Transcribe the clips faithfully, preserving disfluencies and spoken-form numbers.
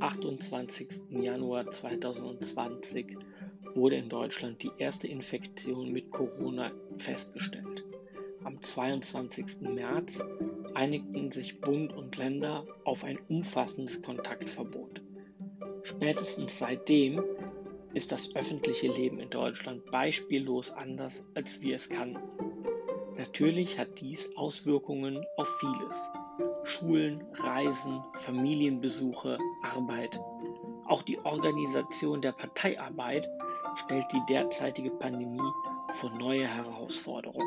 achtundzwanzigsten Januar zweitausendzwanzig wurde in Deutschland die erste Infektion mit Corona festgestellt. Am zweiundzwanzigsten März einigten sich Bund und Länder auf ein umfassendes Kontaktverbot. Spätestens seitdem ist das öffentliche Leben in Deutschland beispiellos anders, als wir es kannten. Natürlich hat dies Auswirkungen auf vieles. Schulen, Reisen, Familienbesuche, Arbeit. Auch die Organisation der Parteiarbeit stellt die derzeitige Pandemie vor neue Herausforderungen.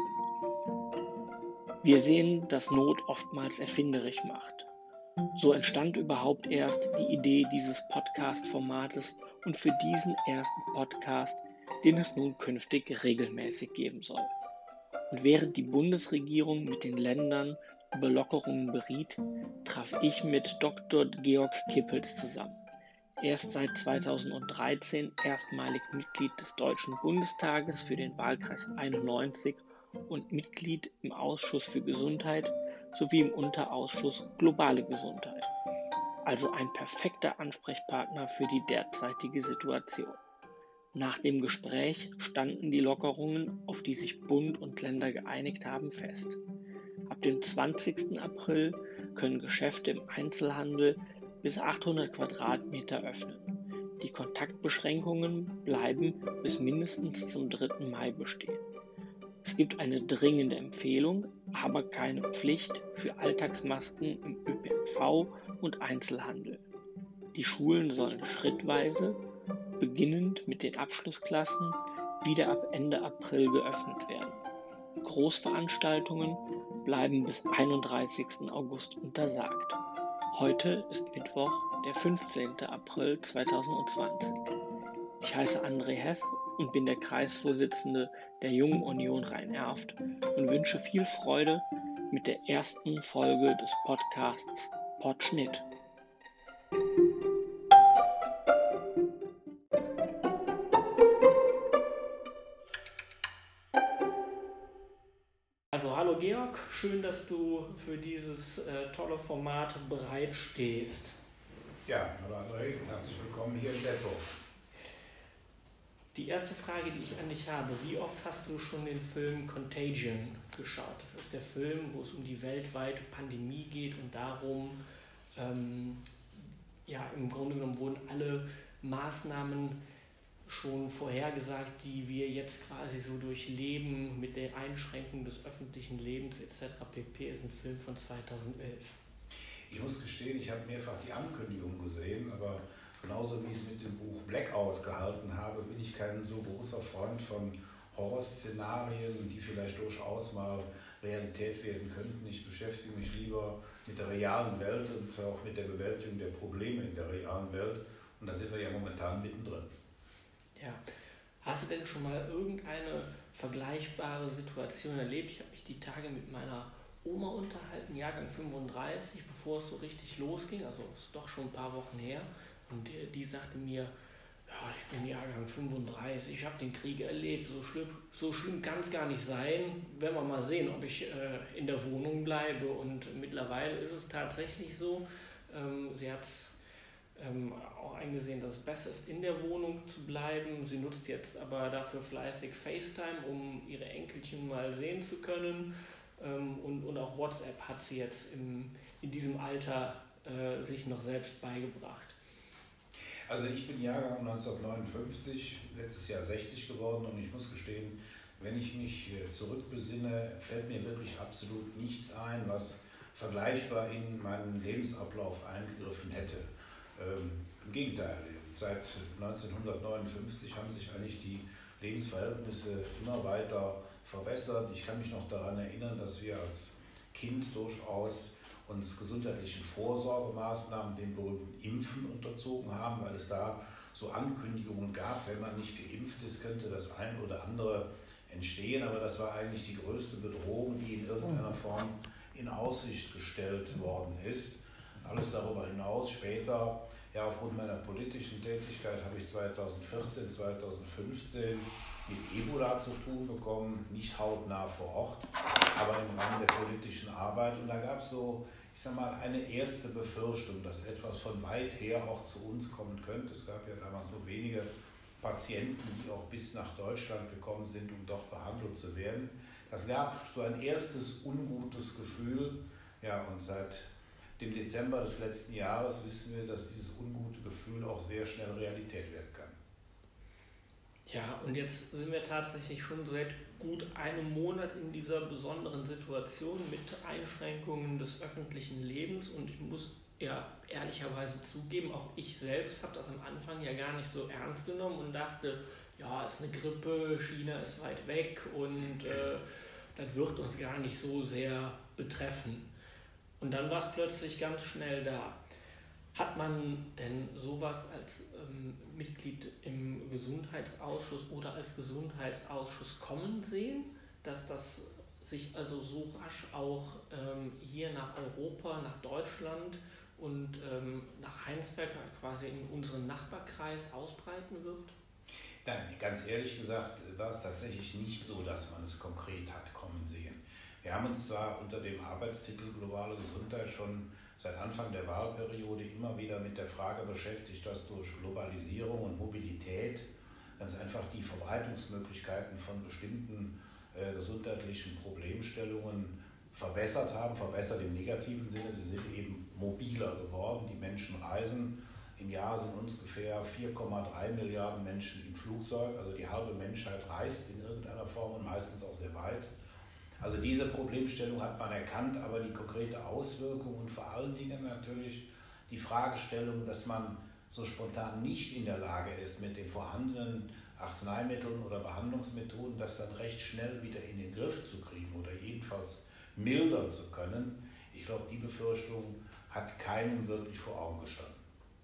Wir sehen, dass Not oftmals erfinderisch macht. So entstand überhaupt erst die Idee dieses Podcast-Formates und für diesen ersten Podcast, den es nun künftig regelmäßig geben soll. Und während die Bundesregierung mit den Ländern über Lockerungen beriet, traf ich mit Doktor Georg Kippels zusammen. Er ist seit zweitausenddreizehn erstmalig Mitglied des Deutschen Bundestages für den Wahlkreis einundneunzig und Mitglied im Ausschuss für Gesundheit sowie im Unterausschuss Globale Gesundheit. Also ein perfekter Ansprechpartner für die derzeitige Situation. Nach dem Gespräch standen die Lockerungen, auf die sich Bund und Länder geeinigt haben, fest. Ab dem zwanzigsten April können Geschäfte im Einzelhandel bis achthundert Quadratmeter öffnen. Die Kontaktbeschränkungen bleiben bis mindestens zum dritten Mai bestehen. Es gibt eine dringende Empfehlung, aber keine Pflicht für Alltagsmasken im Ö P N V und Einzelhandel. Die Schulen sollen schrittweise, beginnend mit den Abschlussklassen, wieder ab Ende April geöffnet werden. Großveranstaltungen bleiben bis einunddreißigsten August untersagt. Heute ist Mittwoch, der fünfzehnten April zweitausendzwanzig. Ich heiße André Hess und bin der Kreisvorsitzende der Jungen Union Rhein-Erft und wünsche viel Freude mit der ersten Folge des Podcasts Podschnitt. Also hallo Georg, schön, dass du für dieses äh, tolle Format bereitstehst. Ja, hallo André, herzlich willkommen hier in Detmold. Die erste Frage, die ich an dich habe, wie oft hast du schon den Film Contagion geschaut? Das ist der Film, wo es um die weltweite Pandemie geht und darum, ähm, ja, im Grunde genommen wurden alle Maßnahmen schon vorhergesagt, die wir jetzt quasi so durchleben mit der Einschränkung des öffentlichen Lebens et cetera pp. Ist ein Film von zweitausendelf. Ich muss gestehen, ich habe mehrfach die Ankündigung gesehen, aber genauso wie ich es mit dem Buch Blackout gehalten habe, bin ich kein so großer Freund von Horrorszenarien, die vielleicht durchaus mal Realität werden könnten. Ich beschäftige mich lieber mit der realen Welt und auch mit der Bewältigung der Probleme in der realen Welt. Und da sind wir ja momentan mittendrin. Ja. Hast du denn schon mal irgendeine vergleichbare Situation erlebt? Ich habe mich die Tage mit meiner Oma unterhalten, Jahrgang fünfunddreißig, bevor es so richtig losging, also ist doch schon ein paar Wochen her. Und die, die sagte mir, ja, ich bin Jahrgang fünfunddreißig, ich habe den Krieg erlebt, so schlimm, so schlimm kann es gar nicht sein. Werden wir mal sehen, ob ich äh, in der Wohnung bleibe. Und mittlerweile ist es tatsächlich so, ähm, sie hat es ähm, auch eingesehen, dass es besser ist, in der Wohnung zu bleiben. Sie nutzt jetzt aber dafür fleißig FaceTime, um ihre Enkelchen mal sehen zu können. Ähm, und, und auch WhatsApp hat sie jetzt im, in diesem Alter äh, sich noch selbst beigebracht. Also ich bin Jahrgang neunzehnhundertneunundfünfzig, letztes Jahr sechzig geworden und ich muss gestehen, wenn ich mich zurückbesinne, fällt mir wirklich absolut nichts ein, was vergleichbar in meinen Lebensablauf eingegriffen hätte. Ähm, Im Gegenteil, seit neunzehnhundertneunundfünfzig haben sich eigentlich die Lebensverhältnisse immer weiter verbessert. Ich kann mich noch daran erinnern, dass wir als Kind durchaus uns gesundheitlichen Vorsorgemaßnahmen, dem berühmten Impfen, unterzogen haben, weil es da so Ankündigungen gab, wenn man nicht geimpft ist, könnte das ein oder andere entstehen. Aber das war eigentlich die größte Bedrohung, die in irgendeiner Form in Aussicht gestellt worden ist. Alles darüber hinaus später, ja, aufgrund meiner politischen Tätigkeit habe ich zweitausendvierzehn, zweitausendfünfzehn mit Ebola zu tun bekommen, nicht hautnah vor Ort, aber im Rahmen der politischen Arbeit. Und da gab es so ich sag mal, eine erste Befürchtung, dass etwas von weit her auch zu uns kommen könnte. Es gab ja damals nur wenige Patienten, die auch bis nach Deutschland gekommen sind, um dort behandelt zu werden. Das gab so ein erstes ungutes Gefühl. Ja, und seit dem Dezember des letzten Jahres wissen wir, dass dieses ungute Gefühl auch sehr schnell Realität werden kann. Ja, und jetzt sind wir tatsächlich schon seit gut einem Monat in dieser besonderen Situation mit Einschränkungen des öffentlichen Lebens. Und ich muss ja ehrlicherweise zugeben, auch ich selbst habe das am Anfang ja gar nicht so ernst genommen und dachte, ja, ist eine Grippe, China ist weit weg und äh, das wird uns gar nicht so sehr betreffen. Und dann war es plötzlich ganz schnell da. Hat man denn sowas als ähm, Mitglied im Gesundheitsausschuss oder als Gesundheitsausschuss kommen sehen, dass das sich also so rasch auch ähm, hier nach Europa, nach Deutschland und ähm, nach Heinsberg, quasi in unseren Nachbarkreis, ausbreiten wird? Nein, ganz ehrlich gesagt war es tatsächlich nicht so, dass man es konkret hat kommen sehen. Wir haben uns zwar unter dem Arbeitstitel Globale Gesundheit schon seit Anfang der Wahlperiode immer wieder mit der Frage beschäftigt, dass durch Globalisierung und Mobilität ganz einfach die Verbreitungsmöglichkeiten von bestimmten äh, gesundheitlichen Problemstellungen verbessert haben, verbessert im negativen Sinne. Sie sind eben mobiler geworden, die Menschen reisen. Im Jahr sind ungefähr vier Komma drei Milliarden Menschen im Flugzeug, also die halbe Menschheit reist in irgendeiner Form und meistens auch sehr weit. Also diese Problemstellung hat man erkannt, aber die konkrete Auswirkung und vor allen Dingen natürlich die Fragestellung, dass man so spontan nicht in der Lage ist, mit den vorhandenen Arzneimitteln oder Behandlungsmethoden das dann recht schnell wieder in den Griff zu kriegen oder jedenfalls mildern zu können. Ich glaube, die Befürchtung hat keinem wirklich vor Augen gestanden.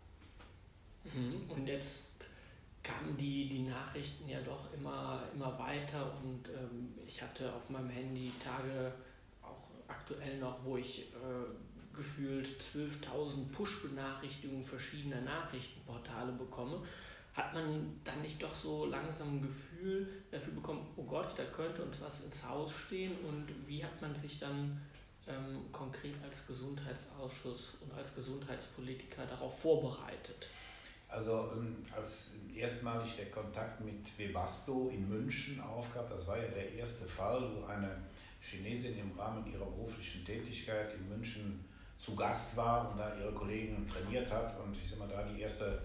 Und jetzt kamen die, die Nachrichten ja doch immer, immer weiter und ähm, ich hatte auf meinem Handy Tage, auch aktuell noch, wo ich äh, gefühlt zwölftausend Push-Benachrichtigungen verschiedener Nachrichtenportale bekomme. Hat man dann nicht doch so langsam ein Gefühl dafür bekommen, oh Gott, da könnte uns was ins Haus stehen, und wie hat man sich dann ähm, konkret als Gesundheitsausschuss und als Gesundheitspolitiker darauf vorbereitet? Also als erstmalig der Kontakt mit Webasto in München aufgab, das war ja der erste Fall, wo eine Chinesin im Rahmen ihrer beruflichen Tätigkeit in München zu Gast war und da ihre Kollegen trainiert hat und ich sag mal, da die erste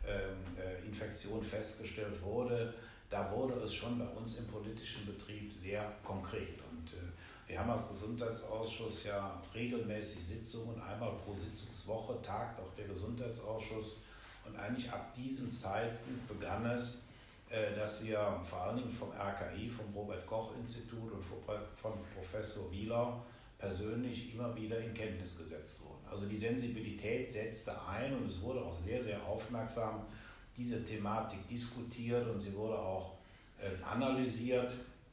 äh, Infektion festgestellt wurde, da wurde es schon bei uns im politischen Betrieb sehr konkret. Und äh, wir haben als Gesundheitsausschuss ja regelmäßig Sitzungen, einmal pro Sitzungswoche tagt auch der Gesundheitsausschuss. Und eigentlich ab diesem Zeitpunkt begann es, dass wir vor allen Dingen vom R K I, vom Robert-Koch-Institut und von Professor Wieler persönlich immer wieder in Kenntnis gesetzt wurden. Also die Sensibilität setzte ein und es wurde auch sehr, sehr aufmerksam diese Thematik diskutiert und sie wurde auch analysiert.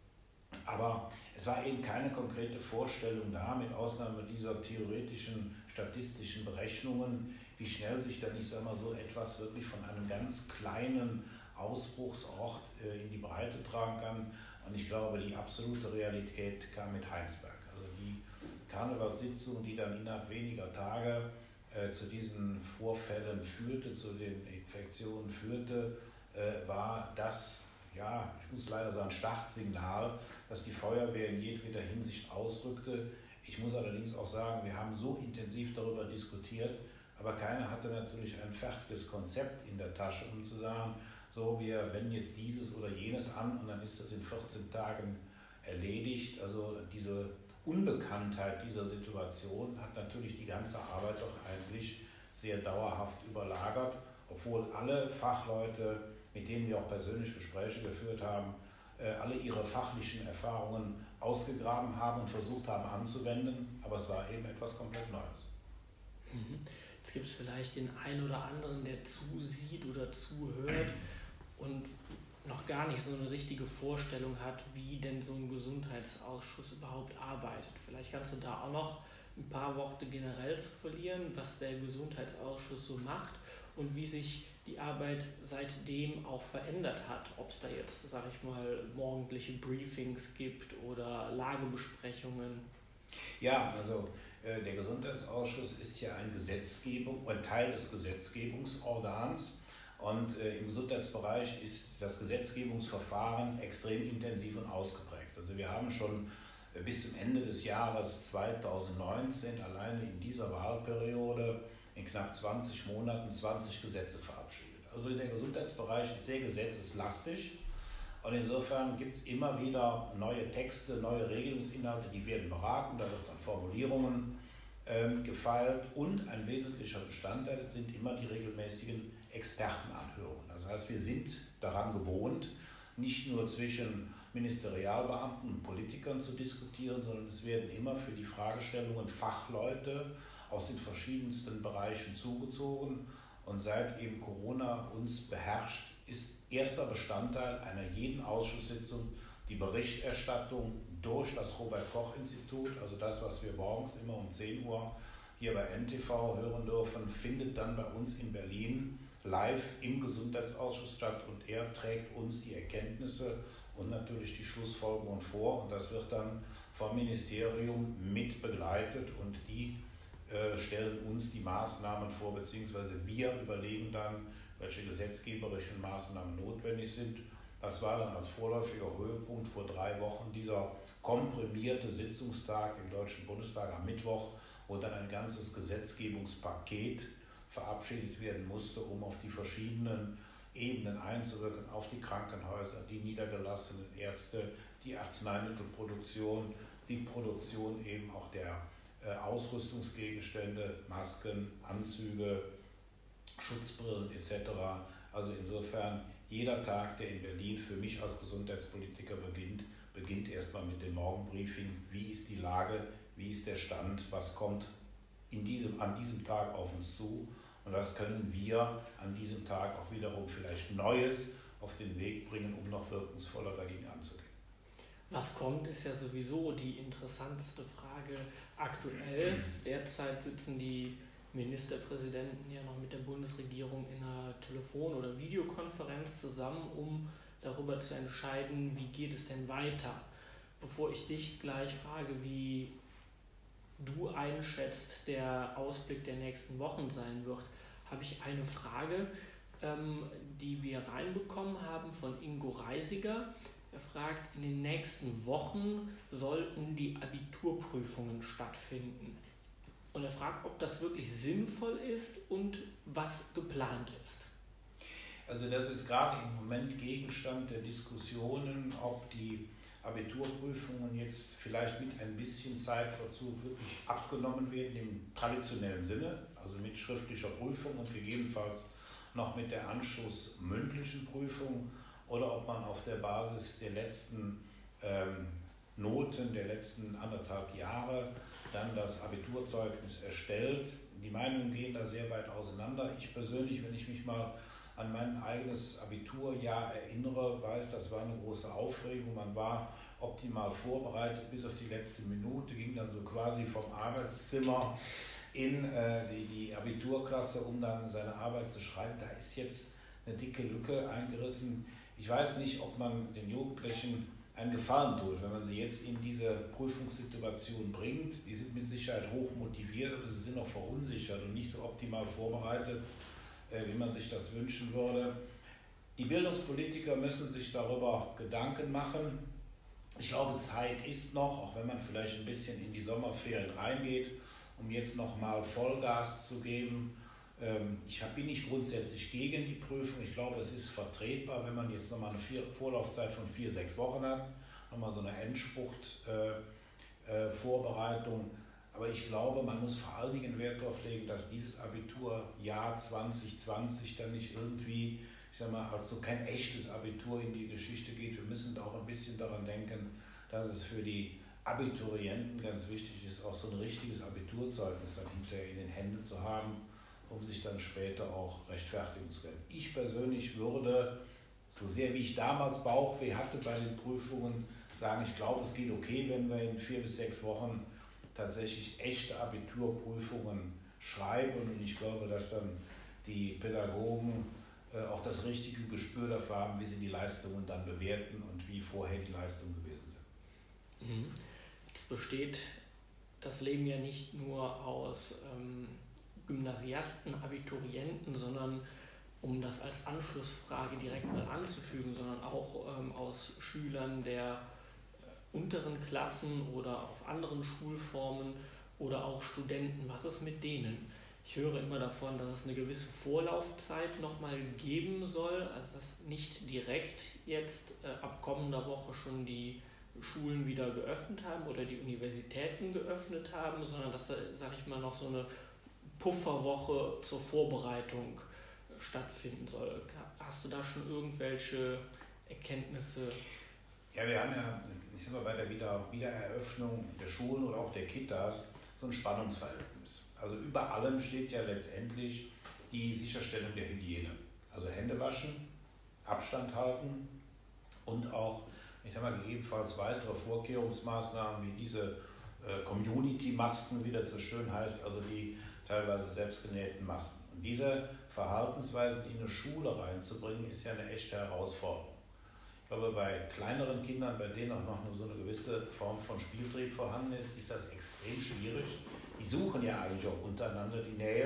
Aber es war eben keine konkrete Vorstellung da, mit Ausnahme dieser theoretischen statistischen Berechnungen, wie schnell sich dann, ich sage mal so, etwas wirklich von einem ganz kleinen Ausbruchsort äh, in die Breite tragen kann. Und ich glaube, die absolute Realität kam mit Heinsberg. Also die Karnevalssitzung, die dann innerhalb weniger Tage äh, zu diesen Vorfällen führte, zu den Infektionen führte, äh, war das, ja, ich muss leider sagen, Startsignal, dass die Feuerwehr in jedweder Hinsicht ausrückte. Ich muss allerdings auch sagen, wir haben so intensiv darüber diskutiert, aber keiner hatte natürlich ein fertiges Konzept in der Tasche, um zu sagen, so, wir wenden jetzt dieses oder jenes an und dann ist das in vierzehn Tagen erledigt. Also diese Unbekanntheit dieser Situation hat natürlich die ganze Arbeit doch eigentlich sehr dauerhaft überlagert, obwohl alle Fachleute, mit denen wir auch persönlich Gespräche geführt haben, alle ihre fachlichen Erfahrungen ausgegraben haben und versucht haben anzuwenden, aber es war eben etwas komplett Neues. Jetzt gibt es vielleicht den einen oder anderen, der zusieht oder zuhört und noch gar nicht so eine richtige Vorstellung hat, wie denn so ein Gesundheitsausschuss überhaupt arbeitet. Vielleicht kannst du da auch noch ein paar Worte generell zu verlieren, was der Gesundheitsausschuss so macht und wie sich die Arbeit seitdem auch verändert hat. Ob es da jetzt, sage ich mal, morgendliche Briefings gibt oder Lagebesprechungen. Ja, also Der Gesundheitsausschuss ist ja ein Gesetzgebung, ein Teil des Gesetzgebungsorgans. Und äh, im Gesundheitsbereich ist das Gesetzgebungsverfahren extrem intensiv und ausgeprägt. Also wir haben schon äh, bis zum Ende des Jahres zweitausendneunzehn alleine in dieser Wahlperiode in knapp zwanzig Monaten zwanzig Gesetze verabschiedet. Also der Gesundheitsbereich ist sehr gesetzeslastig. Und insofern gibt es immer wieder neue Texte, neue Regelungsinhalte, die werden beraten, da wird an Formulierungen ähm, gefeilt. Und ein wesentlicher Bestandteil sind immer die regelmäßigen Expertenanhörungen. Das heißt, wir sind daran gewohnt, nicht nur zwischen Ministerialbeamten und Politikern zu diskutieren, sondern es werden immer für die Fragestellungen Fachleute aus den verschiedensten Bereichen zugezogen. Und seit eben Corona uns beherrscht, ist erster Bestandteil einer jeden Ausschusssitzung die Berichterstattung durch das Robert-Koch-Institut, also das, was wir morgens immer um zehn Uhr hier bei N T V hören dürfen, findet dann bei uns in Berlin live im Gesundheitsausschuss statt und er trägt uns die Erkenntnisse und natürlich die Schlussfolgerungen vor und das wird dann vom Ministerium mit begleitet und die äh, stellen uns die Maßnahmen vor, beziehungsweise wir überlegen dann, welche gesetzgeberischen Maßnahmen notwendig sind. Das war dann als vorläufiger Höhepunkt vor drei Wochen dieser komprimierte Sitzungstag im Deutschen Bundestag am Mittwoch, wo dann ein ganzes Gesetzgebungspaket verabschiedet werden musste, um auf die verschiedenen Ebenen einzuwirken, auf die Krankenhäuser, die niedergelassenen Ärzte, die Arzneimittelproduktion, die Produktion eben auch der äh, Ausrüstungsgegenstände, Masken, Anzüge, Schutzbrillen et cetera. Also insofern, jeder Tag, der in Berlin für mich als Gesundheitspolitiker beginnt, beginnt erstmal mit dem Morgenbriefing. Wie ist die Lage? Wie ist der Stand? Was kommt in diesem, an diesem Tag auf uns zu? Und was können wir an diesem Tag auch wiederum vielleicht Neues auf den Weg bringen, um noch wirkungsvoller dagegen anzugehen? Was kommt, ist ja sowieso die interessanteste Frage aktuell. Derzeit sitzen die Ministerpräsidenten ja noch mit der Bundesregierung in einer Telefon- oder Videokonferenz zusammen, um darüber zu entscheiden, wie geht es denn weiter. Bevor ich dich gleich frage, wie du einschätzt, der Ausblick der nächsten Wochen sein wird, habe ich eine Frage, ähm, die wir reinbekommen haben von Ingo Reisiger. Er fragt, in den nächsten Wochen sollten die Abiturprüfungen stattfinden. Und er fragt, ob das wirklich sinnvoll ist und was geplant ist. Also das ist gerade im Moment Gegenstand der Diskussionen, ob die Abiturprüfungen jetzt vielleicht mit ein bisschen Zeitverzug wirklich abgenommen werden im traditionellen Sinne, also mit schriftlicher Prüfung und gegebenenfalls noch mit der anschlussmündlichen Prüfung, oder ob man auf der Basis der letzten ähm, Noten der letzten anderthalb Jahre dann das Abiturzeugnis erstellt. Die Meinungen gehen da sehr weit auseinander. Ich persönlich, wenn ich mich mal an mein eigenes Abiturjahr erinnere, weiß, das war eine große Aufregung. Man war optimal vorbereitet bis auf die letzte Minute, ging dann so quasi vom Arbeitszimmer in äh, die, die Abiturklasse, um dann seine Arbeit zu schreiben. Da ist jetzt eine dicke Lücke eingerissen. Ich weiß nicht, ob man den Jugendlichen einen Gefallen tut, wenn man sie jetzt in diese Prüfungssituation bringt. Die sind mit Sicherheit hoch motiviert, aber sie sind auch verunsichert und nicht so optimal vorbereitet, wie man sich das wünschen würde. Die Bildungspolitiker müssen sich darüber Gedanken machen. Ich glaube, Zeit ist noch, auch wenn man vielleicht ein bisschen in die Sommerferien reingeht, um jetzt nochmal Vollgas zu geben. Ich bin nicht grundsätzlich gegen die Prüfung. Ich glaube, es ist vertretbar, wenn man jetzt nochmal eine vier, Vorlaufzeit von vier, sechs Wochen hat, nochmal so eine Endspurt-Vorbereitung. Aber ich glaube, man muss vor allen Dingen Wert darauf legen, dass dieses Abiturjahr zwanzig zwanzig dann nicht irgendwie, ich sag mal, als so kein echtes Abitur in die Geschichte geht. Wir müssen auch ein bisschen daran denken, dass es für die Abiturienten ganz wichtig ist, auch so ein richtiges Abiturzeugnis dann hinterher in den Händen zu haben, um sich dann später auch rechtfertigen zu können. Ich persönlich würde, so sehr wie ich damals Bauchweh hatte bei den Prüfungen, sagen, ich glaube, es geht okay, wenn wir in vier bis sechs Wochen tatsächlich echte Abiturprüfungen schreiben. Und ich glaube, dass dann die Pädagogen äh, auch das richtige Gespür dafür haben, wie sie die Leistungen dann bewerten und wie vorher die Leistungen gewesen sind. Mhm. Jetzt besteht das leben ja nicht nur aus ähm, Gymnasiasten, Abiturienten, sondern um das als Anschlussfrage direkt mal anzufügen, sondern auch ähm, aus Schülern der äh, unteren Klassen oder auf anderen Schulformen oder auch Studenten. Was ist mit denen? Ich höre immer davon, dass es eine gewisse Vorlaufzeit nochmal geben soll, also dass nicht direkt jetzt äh, ab kommender Woche schon die Schulen wieder geöffnet haben oder die Universitäten geöffnet haben, sondern dass da, sage ich mal, noch so eine Pufferwoche zur Vorbereitung stattfinden soll. Hast du da schon irgendwelche Erkenntnisse? Ja, wir haben ja, ich sag mal, bei der Wieder Wiedereröffnung der Schulen oder auch der Kitas so ein Spannungsverhältnis. Also über allem steht ja letztendlich die Sicherstellung der Hygiene. Also Hände waschen, Abstand halten und auch, ich sag mal, gegebenenfalls weitere Vorkehrungsmaßnahmen wie diese äh, Community-Masken, wie das so schön heißt, also die teilweise selbstgenähten Masken. Und diese Verhaltensweise in eine Schule reinzubringen, ist ja eine echte Herausforderung. Ich glaube, bei kleineren Kindern, bei denen auch noch so eine gewisse Form von Spieltrieb vorhanden ist, ist das extrem schwierig. Die suchen ja eigentlich auch untereinander die Nähe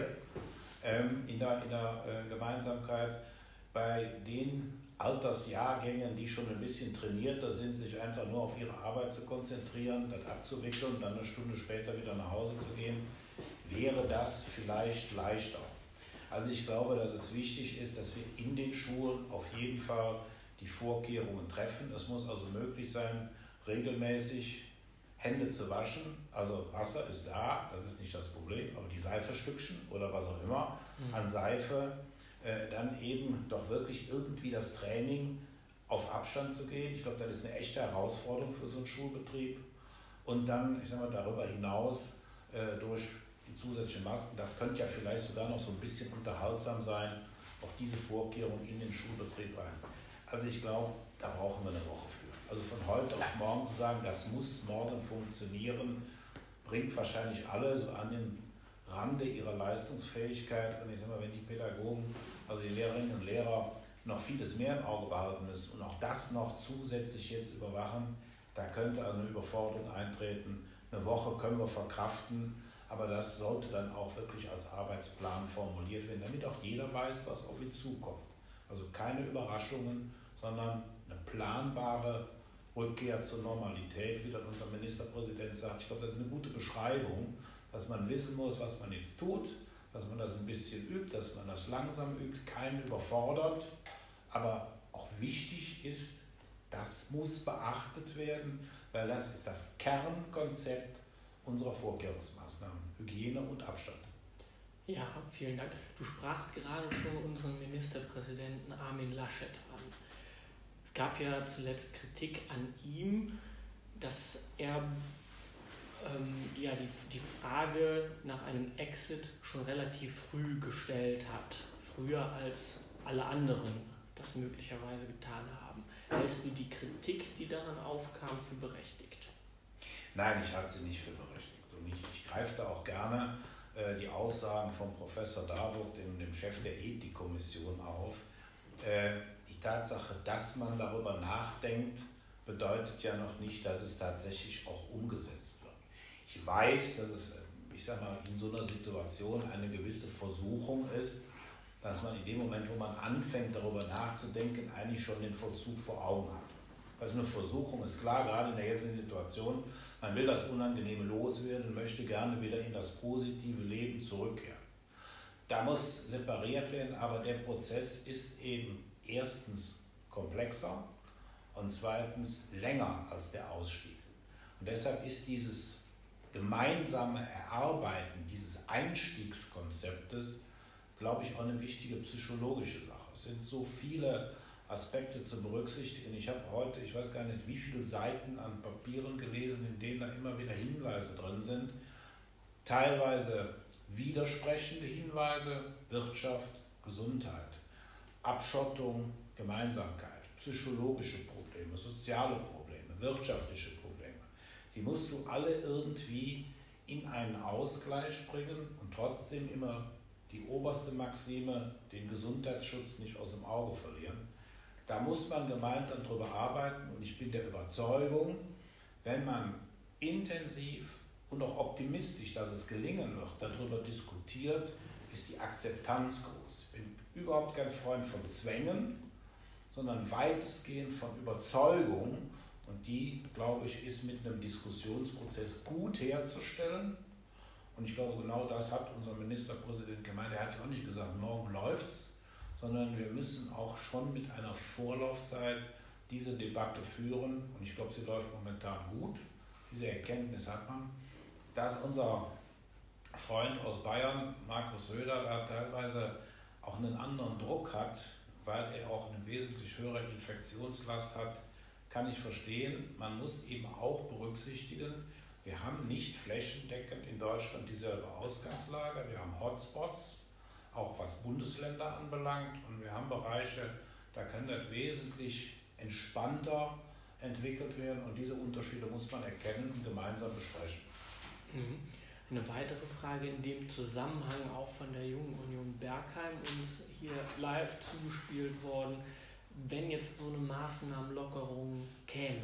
ähm, in der, in der äh, Gemeinsamkeit. Bei den Altersjahrgängen, die schon ein bisschen trainierter sind, sich einfach nur auf ihre Arbeit zu konzentrieren, das abzuwickeln und dann eine Stunde später wieder nach Hause zu gehen, wäre das vielleicht leichter. Also ich glaube, dass es wichtig ist, dass wir in den Schulen auf jeden Fall die Vorkehrungen treffen. Es muss also möglich sein, regelmäßig Hände zu waschen. Also Wasser ist da, das ist nicht das Problem, aber die Seifestückchen oder was auch immer an Seife, äh, dann eben doch wirklich irgendwie das Training auf Abstand zu gehen. Ich glaube, das ist eine echte Herausforderung für so einen Schulbetrieb. Und dann, ich sage mal, darüber hinaus äh, durch die zusätzlichen Masken, das könnte ja vielleicht sogar noch so ein bisschen unterhaltsam sein, auch diese Vorkehrungen in den Schulbetrieb rein. Also ich glaube, da brauchen wir eine Woche für. Also von heute auf morgen zu sagen, das muss morgen funktionieren, bringt wahrscheinlich alle so an den Rande ihrer Leistungsfähigkeit. Und ich sage mal, wenn die Pädagogen, also die Lehrerinnen und Lehrer, noch vieles mehr im Auge behalten müssen und auch das noch zusätzlich jetzt überwachen, da könnte eine Überforderung eintreten. Eine Woche können wir verkraften, aber das sollte dann auch wirklich als Arbeitsplan formuliert werden, damit auch jeder weiß, was auf ihn zukommt. Also keine Überraschungen, sondern eine planbare Rückkehr zur Normalität, wie dann unser Ministerpräsident sagt. Ich glaube, das ist eine gute Beschreibung, dass man wissen muss, was man jetzt tut, dass man das ein bisschen übt, dass man das langsam übt, keinen überfordert, aber auch wichtig ist, das muss beachtet werden, weil das ist das Kernkonzept unserer Vorkehrungsmaßnahmen, Hygiene und Abstand. Ja, vielen Dank. Du sprachst gerade schon unseren Ministerpräsidenten Armin Laschet an. Es gab ja zuletzt Kritik an ihm, dass er ähm, ja, die, die Frage nach einem Exit schon relativ früh gestellt hat, früher als alle anderen das möglicherweise getan haben. Hältst du die Kritik, die daran aufkam, für berechtigt? Nein, ich halte sie nicht für berechtigt. Und ich, ich greife da auch gerne äh, die Aussagen von Professor Darburg, dem, dem Chef der Ethikkommission, auf. Äh, die Tatsache, dass man darüber nachdenkt, bedeutet ja noch nicht, dass es tatsächlich auch umgesetzt wird. Ich weiß, dass es, ich sage mal, in so einer Situation eine gewisse Versuchung ist, dass man in dem Moment, wo man anfängt, darüber nachzudenken, eigentlich schon den Vollzug vor Augen hat. Also eine Versuchung ist klar, gerade in der jetzigen Situation, man will das Unangenehme loswerden und möchte gerne wieder in das positive Leben zurückkehren. Da muss separiert werden, aber der Prozess ist eben erstens komplexer und zweitens länger als der Ausstieg. Und deshalb ist dieses gemeinsame Erarbeiten dieses Einstiegskonzeptes, glaube ich, auch eine wichtige psychologische Sache. Es sind so viele Aspekte zu berücksichtigen. Ich habe heute, ich weiß gar nicht, wie viele Seiten an Papieren gelesen, in denen da immer wieder Hinweise drin sind. Teilweise widersprechende Hinweise, Wirtschaft, Gesundheit, Abschottung, Gemeinsamkeit, psychologische Probleme, soziale Probleme, wirtschaftliche Probleme. Die musst du alle irgendwie in einen Ausgleich bringen und trotzdem immer die oberste Maxime, den Gesundheitsschutz nicht aus dem Auge verlieren. Da muss man gemeinsam drüber arbeiten und ich bin der Überzeugung, wenn man intensiv und auch optimistisch, dass es gelingen wird, darüber diskutiert, ist die Akzeptanz groß. Ich bin überhaupt kein Freund von Zwängen, sondern weitestgehend von Überzeugung. Und die, glaube ich, ist mit einem Diskussionsprozess gut herzustellen. Und ich glaube, genau das hat unser Ministerpräsident gemeint. Er hat ja auch nicht gesagt, morgen läuft's, sondern wir müssen auch schon mit einer Vorlaufzeit diese Debatte führen. Und ich glaube, sie läuft momentan gut. Diese Erkenntnis hat man. Dass unser Freund aus Bayern, Markus Söder, da teilweise auch einen anderen Druck hat, weil er auch eine wesentlich höhere Infektionslast hat, kann ich verstehen. Man muss eben auch berücksichtigen, wir haben nicht flächendeckend in Deutschland dieselbe Ausgangslage. Wir haben Hotspots, auch was Bundesländer anbelangt. Und wir haben Bereiche, da kann das wesentlich entspannter entwickelt werden. Und diese Unterschiede muss man erkennen und gemeinsam besprechen. Mhm. Eine weitere Frage in dem Zusammenhang, auch von der Jungen Union Bergheim, uns hier live zugespielt worden. Wenn jetzt so eine Maßnahmenlockerung käme,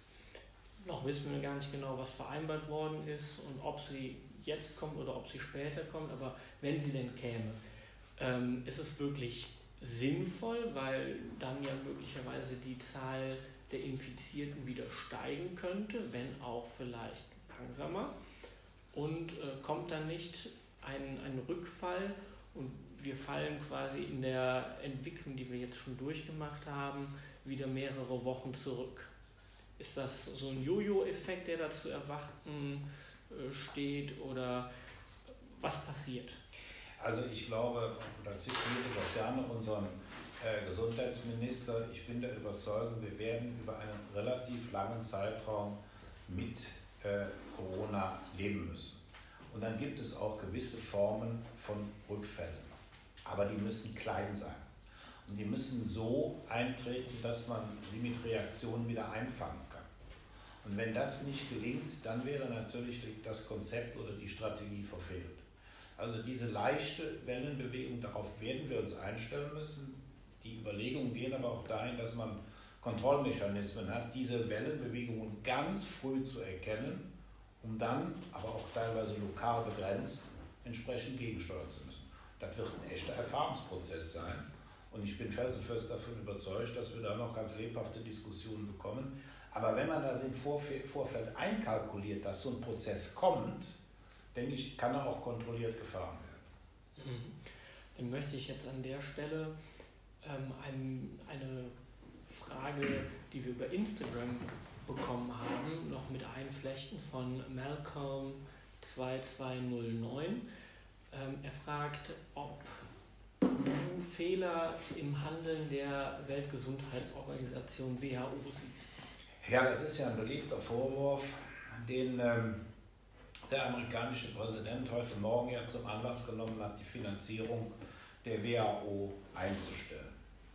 noch wissen wir gar nicht genau, was vereinbart worden ist und ob sie jetzt kommt oder ob sie später kommt, aber wenn sie denn käme, ähm, ist es wirklich sinnvoll, weil dann ja möglicherweise die Zahl der Infizierten wieder steigen könnte, wenn auch vielleicht langsamer, und äh, kommt dann nicht ein, ein Rückfall und wir fallen quasi in der Entwicklung, die wir jetzt schon durchgemacht haben, wieder mehrere Wochen zurück. Ist das so ein Jojo-Effekt, der da zu erwarten äh, steht, oder was passiert? Also ich glaube, und da zitiere ich auch gerne unseren äh, Gesundheitsminister, ich bin der Überzeugung, wir werden über einen relativ langen Zeitraum mit äh, Corona leben müssen. Und dann gibt es auch gewisse Formen von Rückfällen. Aber die müssen klein sein. Und die müssen so eintreten, dass man sie mit Reaktionen wieder einfangen kann. Und wenn das nicht gelingt, dann wäre natürlich das Konzept oder die Strategie verfehlt. Also diese leichte Wellenbewegung, darauf werden wir uns einstellen müssen. Die Überlegungen gehen aber auch dahin, dass man Kontrollmechanismen hat, diese Wellenbewegungen ganz früh zu erkennen, um dann, aber auch teilweise lokal begrenzt, entsprechend gegensteuern zu müssen. Das wird ein echter Erfahrungsprozess sein. Und ich bin felsenfest davon überzeugt, dass wir da noch ganz lebhafte Diskussionen bekommen. Aber wenn man das im Vorfeld einkalkuliert, dass so ein Prozess kommt, denke ich, kann er auch kontrolliert gefahren werden. Dann möchte ich jetzt an der Stelle ähm, ein, eine Frage, die wir über Instagram bekommen haben, noch mit einflechten von Malcolm zwei zwei null neun. Ähm, er fragt, ob du Fehler im Handeln der Weltgesundheitsorganisation W H O siehst. Ja, das ist ja ein beliebter Vorwurf, den ähm, der amerikanische Präsident heute Morgen ja zum Anlass genommen hat, die Finanzierung der W H O einzustellen.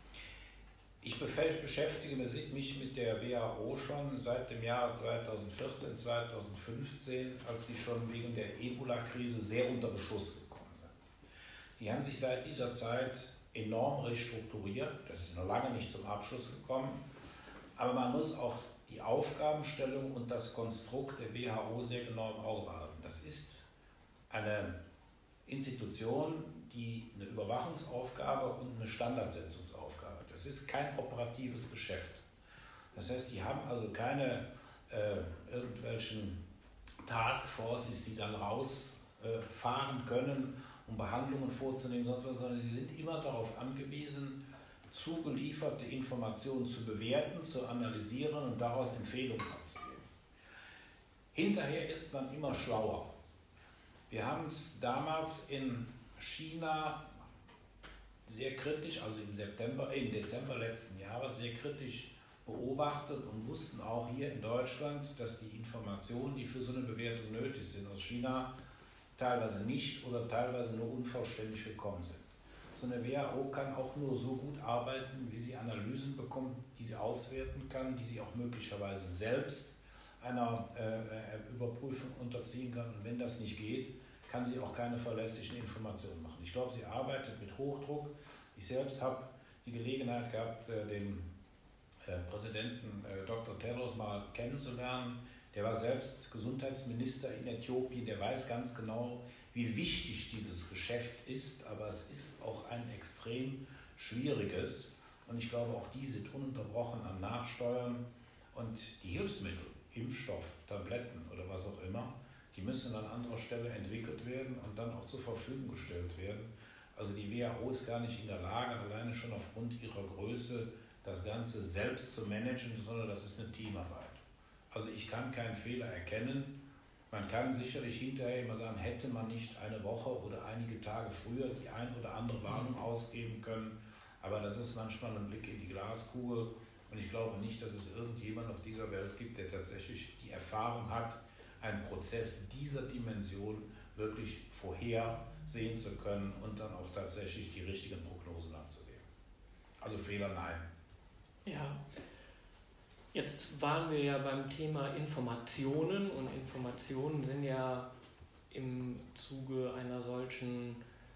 Ich beschäftige mich mit der W H O schon seit dem Jahr zweitausendvierzehn, zweitausendfünfzehn, als die schon wegen der Ebola-Krise sehr unter Beschuss gekommen sind. Die haben sich seit dieser Zeit enorm restrukturiert. Das ist noch lange nicht zum Abschluss gekommen. Aber man muss auch die Aufgabenstellung und das Konstrukt der W H O sehr genau im Auge behalten. Das ist eine Institution, die eine Überwachungsaufgabe und eine Standardsetzungsaufgabe hat. Das ist kein operatives Geschäft. Das heißt, die haben also keine äh, irgendwelchen Taskforces, die dann rausfahren äh, können, um Behandlungen vorzunehmen, sonst was, sondern sie sind immer darauf angewiesen, zugelieferte Informationen zu bewerten, zu analysieren und daraus Empfehlungen abzugeben. Hinterher ist man immer schlauer. Wir haben es damals in China sehr kritisch, also im September, im Dezember letzten Jahres sehr kritisch beobachtet und wussten auch hier in Deutschland, dass die Informationen, die für so eine Bewertung nötig sind, aus China teilweise nicht oder teilweise nur unvollständig gekommen sind. So eine W H O kann auch nur so gut arbeiten, wie sie Analysen bekommt, die sie auswerten kann, die sie auch möglicherweise selbst einer äh, Überprüfung unterziehen kann. Und wenn das nicht geht, kann sie auch keine verlässlichen Informationen machen. Ich glaube, sie arbeitet mit Hochdruck. Ich selbst habe die Gelegenheit gehabt, den äh, Präsidenten äh, Doktor Tedros mal kennenzulernen. Der Der war selbst Gesundheitsminister in Äthiopien, der weiß ganz genau, wie wichtig dieses Geschäft ist, aber es ist auch ein extrem schwieriges. Und ich glaube, auch die sind ununterbrochen an Nachsteuern und die Hilfsmittel, Impfstoff, Tabletten oder was auch immer, die müssen an anderer Stelle entwickelt werden und dann auch zur Verfügung gestellt werden. Also die W H O ist gar nicht in der Lage, alleine schon aufgrund ihrer Größe das Ganze selbst zu managen, sondern das ist eine Teamarbeit. Also ich kann keinen Fehler erkennen. Man kann sicherlich hinterher immer sagen, hätte man nicht eine Woche oder einige Tage früher die ein oder andere Warnung ausgeben können. Aber das ist manchmal ein Blick in die Glaskugel. Und ich glaube nicht, dass es irgendjemand auf dieser Welt gibt, der tatsächlich die Erfahrung hat, einen Prozess dieser Dimension wirklich vorhersehen zu können und dann auch tatsächlich die richtigen Prognosen abzugeben. Also Fehler nein. Ja, jetzt waren wir ja beim Thema Informationen und Informationen sind ja im Zuge einer solchen,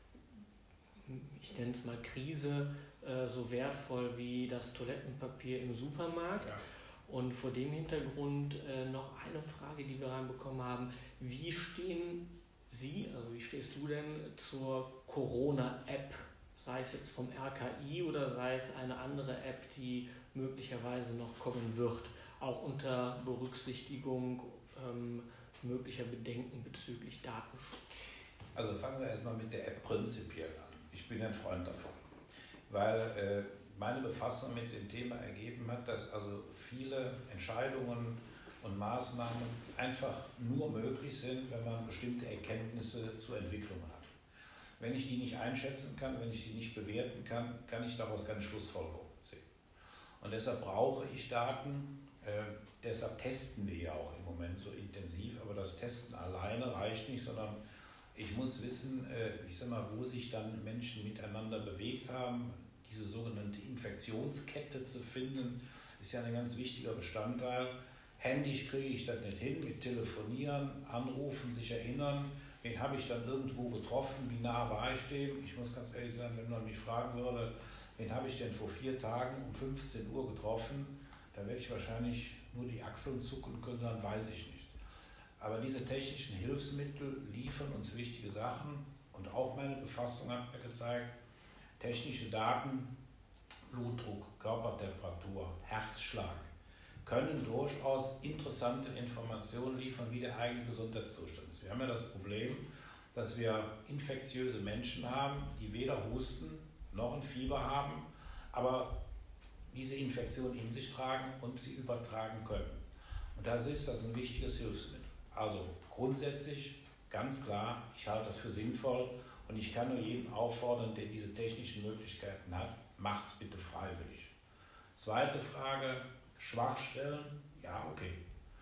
ich nenne es mal Krise, so wertvoll wie das Toilettenpapier im Supermarkt. Ja. Und vor dem Hintergrund äh, noch eine Frage, die wir reinbekommen haben. Wie stehen Sie, also wie stehst du denn zur Corona-App? Sei es jetzt vom R K I oder sei es eine andere App, die möglicherweise noch kommen wird, auch unter Berücksichtigung ähm, möglicher Bedenken bezüglich Datenschutz? Also fangen wir erstmal mit der App prinzipiell an. Ich bin ein Freund davon, weil äh, meine Befassung mit dem Thema ergeben hat, dass also viele Entscheidungen und Maßnahmen einfach nur möglich sind, wenn man bestimmte Erkenntnisse zur Entwicklung hat. Wenn ich die nicht einschätzen kann, wenn ich die nicht bewerten kann, kann ich daraus keine Schlussfolgerung ziehen. Und deshalb brauche ich Daten, äh, deshalb testen wir ja auch im Moment so intensiv, aber das Testen alleine reicht nicht, sondern ich muss wissen, äh, ich sag mal, wo sich dann Menschen miteinander bewegt haben. Diese sogenannte Infektionskette zu finden, ist ja ein ganz wichtiger Bestandteil. Händisch kriege ich das nicht hin, mit Telefonieren, Anrufen, sich erinnern, wen habe ich dann irgendwo getroffen, wie nah war ich dem. Ich muss ganz ehrlich sagen, wenn man mich fragen würde, wen habe ich denn vor vier Tagen um fünfzehn Uhr getroffen, dann werde ich wahrscheinlich nur die Achseln zucken können, sagen, weiß ich nicht. Aber diese technischen Hilfsmittel liefern uns wichtige Sachen und auch meine Befassung hat mir gezeigt, technische Daten, Blutdruck, Körpertemperatur, Herzschlag können durchaus interessante Informationen liefern, wie der eigene Gesundheitszustand ist. Wir haben ja das Problem, dass wir infektiöse Menschen haben, die weder husten noch ein Fieber haben, aber diese Infektion in sich tragen und sie übertragen können. Und da ist das ein wichtiges Hilfsmittel. Also grundsätzlich ganz klar, ich halte das für sinnvoll. Und ich kann nur jeden auffordern, der diese technischen Möglichkeiten hat, macht es bitte freiwillig. Zweite Frage, Schwachstellen, ja okay.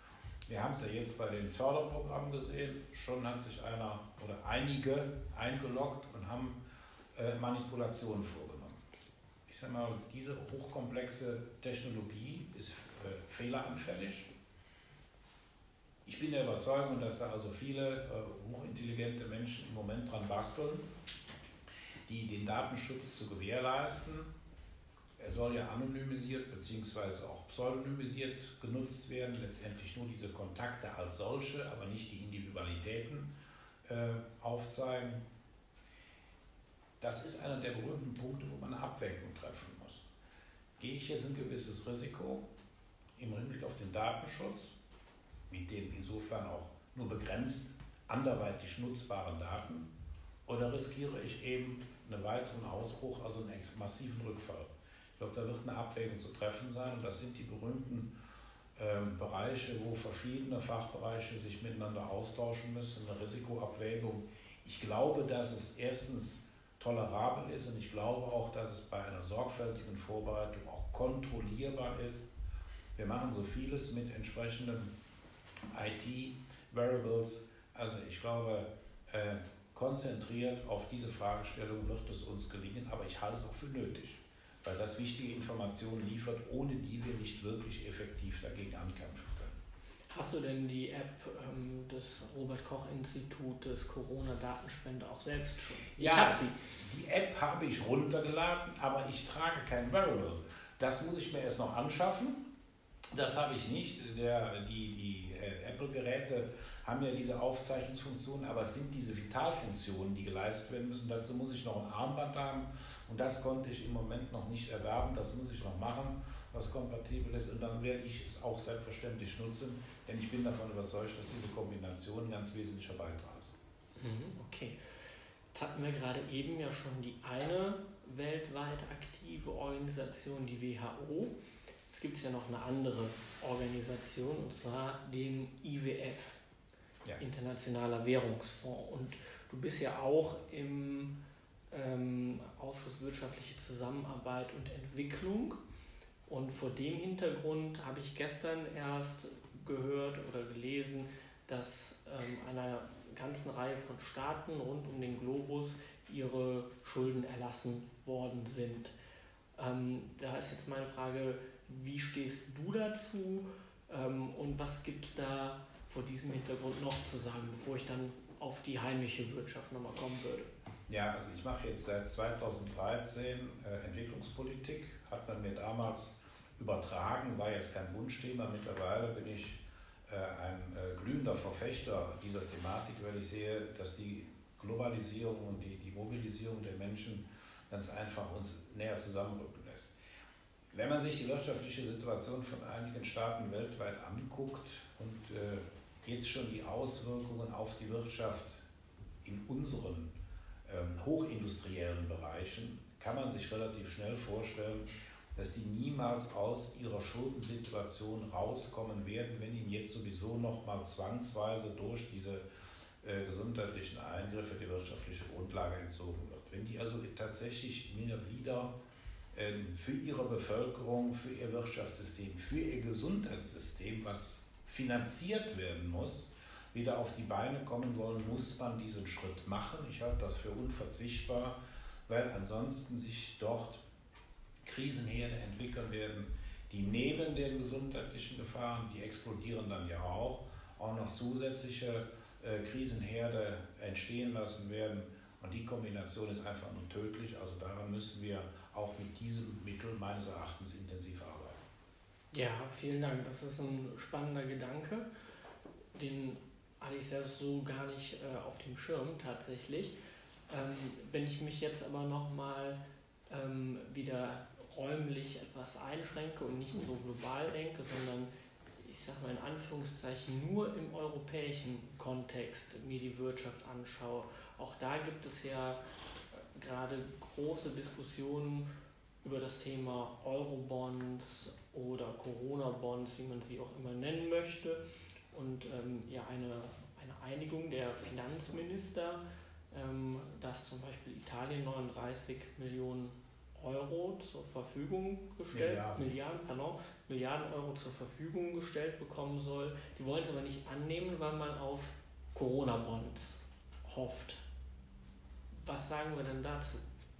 Wir haben es ja jetzt bei den Förderprogrammen gesehen, schon hat sich einer oder einige eingeloggt und haben äh, Manipulationen vorgenommen. Ich sage mal, diese hochkomplexe Technologie ist äh, fehleranfällig. Ich bin der Überzeugung, dass da also viele äh, hochintelligente Menschen im Moment dran basteln, die den Datenschutz zu gewährleisten. Er soll ja anonymisiert bzw. auch pseudonymisiert genutzt werden, letztendlich nur diese Kontakte als solche, aber nicht die Individualitäten äh, aufzeigen. Das ist einer der berühmten Punkte, wo man eine Abwägung treffen muss. Gehe ich jetzt ein gewisses Risiko im Hinblick auf den Datenschutz, mit den insofern auch nur begrenzt anderweitig nutzbaren Daten, oder riskiere ich eben einen weiteren Ausbruch, also einen massiven Rückfall? Ich glaube, da wird eine Abwägung zu treffen sein und das sind die berühmten ähm, Bereiche, wo verschiedene Fachbereiche sich miteinander austauschen müssen, eine Risikoabwägung. Ich glaube, dass es erstens tolerabel ist und ich glaube auch, dass es bei einer sorgfältigen Vorbereitung auch kontrollierbar ist. Wir machen so vieles mit entsprechenden I T-Variables. Also ich glaube, äh, konzentriert auf diese Fragestellung wird es uns gelingen, aber ich halte es auch für nötig, weil das wichtige Informationen liefert, ohne die wir nicht wirklich effektiv dagegen ankämpfen können. Hast du denn die App ähm, des Robert-Koch-Institutes Corona-Datenspende auch selbst schon? Ich ja, habe sie. Die App habe ich runtergeladen, aber ich trage kein Variable. Das muss ich mir erst noch anschaffen. Das habe ich nicht. Der, die die äh, Apple-Geräte haben ja diese Aufzeichnungsfunktion, aber es sind diese Vitalfunktionen, die geleistet werden müssen. Dazu muss ich noch ein Armband haben und das konnte ich im Moment noch nicht erwerben. Das muss ich noch machen, was kompatibel ist, und dann werde ich es auch selbstverständlich nutzen, denn ich bin davon überzeugt, dass diese Kombination ein ganz wesentlicher Beitrag ist. Okay. Jetzt hatten wir gerade eben ja schon die eine weltweit aktive Organisation, die W H O. Jetzt gibt es ja noch eine andere Organisation, und zwar den I W F, ja. Internationaler Währungsfonds. Und du bist ja auch im ähm, Ausschuss Wirtschaftliche Zusammenarbeit und Entwicklung. Und vor dem Hintergrund habe ich gestern erst gehört oder gelesen, dass ähm, einer ganzen Reihe von Staaten rund um den Globus ihre Schulden erlassen worden sind. Ähm, da ist jetzt meine Frage, wie stehst du dazu ähm, und was gibt es da vor diesem Hintergrund noch zu sagen, bevor ich dann auf die heimische Wirtschaft nochmal kommen würde? Ja, also ich mache jetzt seit zweitausenddreizehn äh, Entwicklungspolitik, hat man mir damals übertragen, war jetzt kein Wunschthema. Mittlerweile bin ich äh, ein äh, glühender Verfechter dieser Thematik, weil ich sehe, dass die Globalisierung und die, die Mobilisierung der Menschen ganz einfach uns näher zusammenrücken lässt. Wenn man sich die wirtschaftliche Situation von einigen Staaten weltweit anguckt und äh, jetzt schon die Auswirkungen auf die Wirtschaft in unseren ähm, hochindustriellen Bereichen, kann man sich relativ schnell vorstellen, dass die niemals aus ihrer Schuldensituation rauskommen werden, wenn ihnen jetzt sowieso noch mal zwangsweise durch diese äh, gesundheitlichen Eingriffe die wirtschaftliche Grundlage entzogen wird. Wenn die also tatsächlich wieder äh, für ihre Bevölkerung, für ihr Wirtschaftssystem, für ihr Gesundheitssystem, was finanziert werden muss, wieder auf die Beine kommen wollen, muss man diesen Schritt machen. Ich halte das für unverzichtbar, weil ansonsten sich dort Krisenherde entwickeln werden, die neben den gesundheitlichen Gefahren, die explodieren dann ja auch, auch noch zusätzliche äh, Krisenherde entstehen lassen werden. Und die Kombination ist einfach nur tödlich. Also daran müssen wir auch mit diesem Mittel meines Erachtens intensiv arbeiten. Ja, vielen Dank. Das ist ein spannender Gedanke. Den hatte ich selbst so gar nicht äh, auf dem Schirm tatsächlich. Ähm, wenn ich mich jetzt aber nochmal ähm, wieder räumlich etwas einschränke und nicht so global denke, sondern ich sage mal in Anführungszeichen nur im europäischen Kontext mir die Wirtschaft anschaue. Auch da gibt es ja gerade große Diskussionen über das Thema Eurobonds oder Corona-Bonds, wie man sie auch immer nennen möchte. Und ähm, ja, eine, eine Einigung der Finanzminister, ähm, dass zum Beispiel Italien neununddreißig Millionen Euro zur Verfügung gestellt, Milliarden. Milliarden, pardon, Milliarden Euro zur Verfügung gestellt bekommen soll. Die wollen es aber nicht annehmen, weil man auf Corona-Bonds hofft. Was sagen wir denn dazu?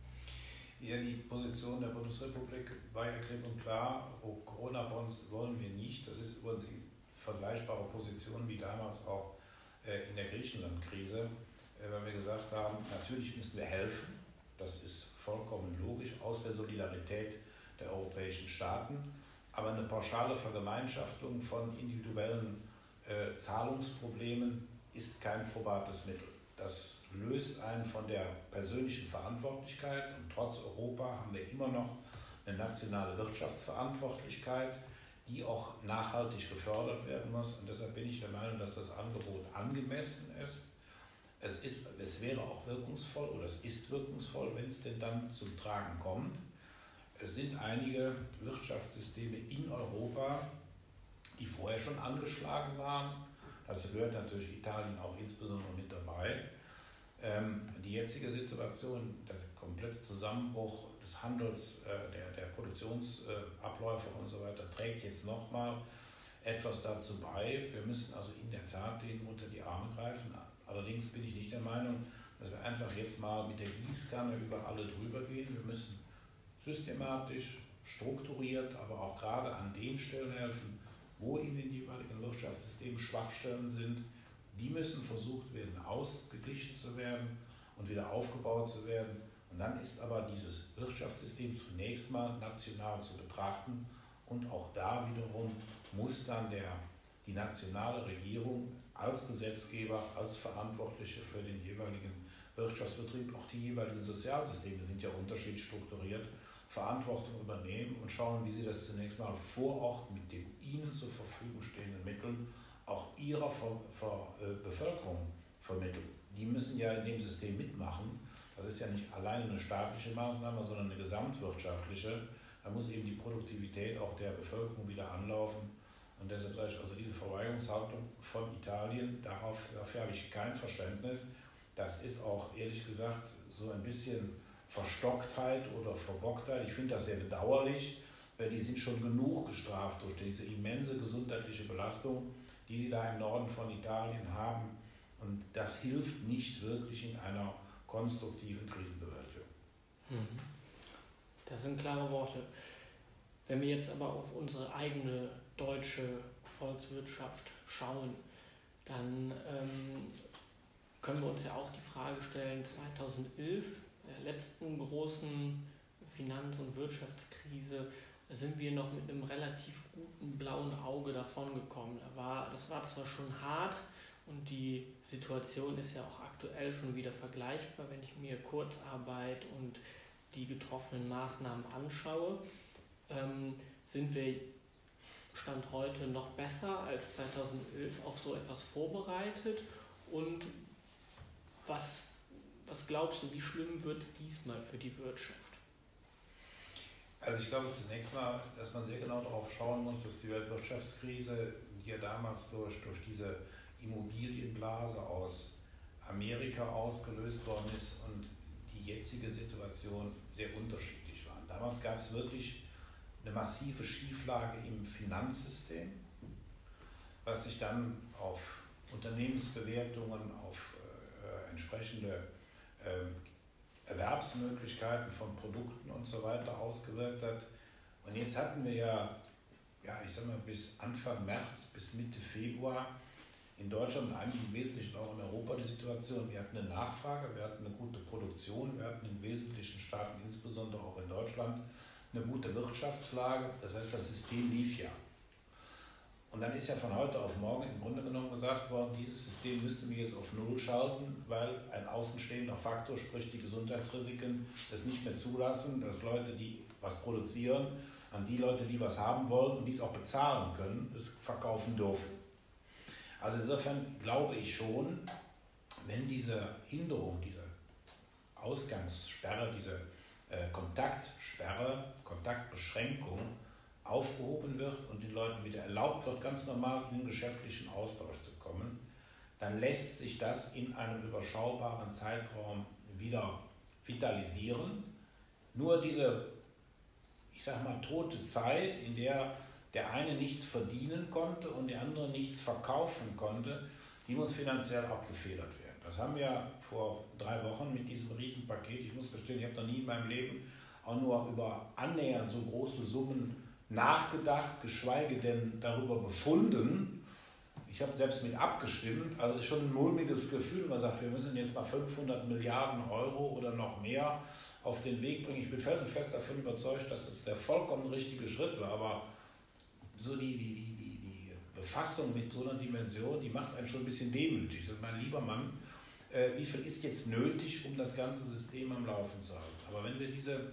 Ja, die Position der Bundesrepublik war ja klipp und klar, Corona-Bonds wollen wir nicht. Das ist übrigens die vergleichbare Position wie damals auch in der Griechenland-Krise, weil wir gesagt haben, natürlich müssen wir helfen. Das ist vollkommen logisch, aus der Solidarität der europäischen Staaten. Aber eine pauschale Vergemeinschaftung von individuellen äh, Zahlungsproblemen ist kein probates Mittel. Das löst einen von der persönlichen Verantwortlichkeit. Und trotz Europa haben wir immer noch eine nationale Wirtschaftsverantwortlichkeit, die auch nachhaltig gefördert werden muss. Und deshalb bin ich der Meinung, dass das Angebot angemessen ist. Es, ist, es wäre auch wirkungsvoll oder es ist wirkungsvoll, wenn es denn dann zum Tragen kommt. Es sind einige Wirtschaftssysteme in Europa, die vorher schon angeschlagen waren. Dazu gehört natürlich Italien auch insbesondere mit dabei. Ähm, die jetzige Situation, der komplette Zusammenbruch des Handels, äh, der, der Produktionsabläufe äh, und so weiter, trägt jetzt nochmal etwas dazu bei. Wir müssen also in der Tat denen unter die Arme greifen. Allerdings bin ich nicht der Meinung, dass wir einfach jetzt mal mit der Gießkanne über alle drüber gehen. Wir müssen systematisch, strukturiert, aber auch gerade an den Stellen helfen, wo in den jeweiligen Wirtschaftssystemen Schwachstellen sind. Die müssen versucht werden, ausgeglichen zu werden und wieder aufgebaut zu werden. Und dann ist aber dieses Wirtschaftssystem zunächst mal national zu betrachten Und auch da wiederum muss dann der, die nationale Regierung als Gesetzgeber, als Verantwortliche für den jeweiligen Wirtschaftsbetrieb, auch die jeweiligen Sozialsysteme sind ja unterschiedlich strukturiert, Verantwortung übernehmen und schauen, wie sie das zunächst mal vor Ort mit den ihnen zur Verfügung stehenden Mitteln auch ihrer Ver, Ver, äh, Bevölkerung vermitteln. Die müssen ja in dem System mitmachen. Das ist ja nicht alleine eine staatliche Maßnahme, sondern eine gesamtwirtschaftliche. Da muss eben die Produktivität auch der Bevölkerung wieder anlaufen. Und deshalb sage ich, also diese Verweigerungshaltung von Italien, darauf, dafür habe ich kein Verständnis. Das ist auch, ehrlich gesagt, so ein bisschen Verstocktheit oder Verbocktheit. Ich finde das sehr bedauerlich, weil die sind schon genug gestraft durch diese immense gesundheitliche Belastung, die sie da im Norden von Italien haben. Und das hilft nicht wirklich in einer konstruktiven Krisenbewältigung. Das sind klare Worte. Wenn wir jetzt aber auf unsere eigene deutsche Volkswirtschaft schauen, dann ähm, können wir uns ja auch die Frage stellen, zweitausendelf, der letzten großen Finanz- und Wirtschaftskrise, sind wir noch mit einem relativ guten blauen Auge davongekommen. Da war, das war zwar schon hart und die Situation ist ja auch aktuell schon wieder vergleichbar, wenn ich mir Kurzarbeit und die getroffenen Maßnahmen anschaue, ähm, sind wir Stand heute noch besser als zweitausendelf auf so etwas vorbereitet. Und was, was glaubst du, wie schlimm wird es diesmal für die Wirtschaft? Also ich glaube zunächst mal, dass man sehr genau darauf schauen muss, dass die Weltwirtschaftskrise, die ja damals durch, durch diese Immobilienblase aus Amerika ausgelöst worden ist und die jetzige Situation sehr unterschiedlich waren. Damals gab es wirklich eine massive Schieflage im Finanzsystem, was sich dann auf Unternehmensbewertungen, auf äh, entsprechende äh, Erwerbsmöglichkeiten von Produkten und so weiter ausgewirkt hat. Und jetzt hatten wir ja, ja, ich sag mal, bis Anfang März, bis Mitte Februar in Deutschland und eigentlich im Wesentlichen auch in Europa die Situation, wir hatten eine Nachfrage, wir hatten eine gute Produktion, wir hatten in wesentlichen Staaten, insbesondere auch in Deutschland, eine gute Wirtschaftslage, das heißt, das System lief ja. Und dann ist ja von heute auf morgen im Grunde genommen gesagt worden, dieses System müssten wir jetzt auf Null schalten, weil ein außenstehender Faktor, sprich die Gesundheitsrisiken, es nicht mehr zulassen, dass Leute, die was produzieren, an die Leute, die was haben wollen und dies auch bezahlen können, es verkaufen dürfen. Also insofern glaube ich schon, wenn diese Hinderung, diese Ausgangssperre, diese äh, Kontaktsperre, Kontaktbeschränkung aufgehoben wird und den Leuten wieder erlaubt wird, ganz normal in den geschäftlichen Austausch zu kommen, dann lässt sich das in einem überschaubaren Zeitraum wieder vitalisieren. Nur diese, ich sage mal, tote Zeit, in der der eine nichts verdienen konnte und der andere nichts verkaufen konnte, die muss finanziell abgefedert werden. Das haben wir vor drei Wochen mit diesem Riesenpaket, ich muss gestehen, ich habe noch nie in meinem Leben auch nur über annähernd so große Summen nachgedacht, geschweige denn darüber befunden. Ich habe selbst mit abgestimmt, also ist schon ein mulmiges Gefühl, man sagt, wir müssen jetzt mal fünfhundert Milliarden Euro oder noch mehr auf den Weg bringen. Ich bin felsenfest davon überzeugt, dass das der vollkommen richtige Schritt war, aber so die, die, die, die, die Befassung mit so einer Dimension, die macht einen schon ein bisschen demütig. Also mein lieber Mann, äh, wie viel ist jetzt nötig, um das ganze System am Laufen zu halten? Aber wenn wir diese,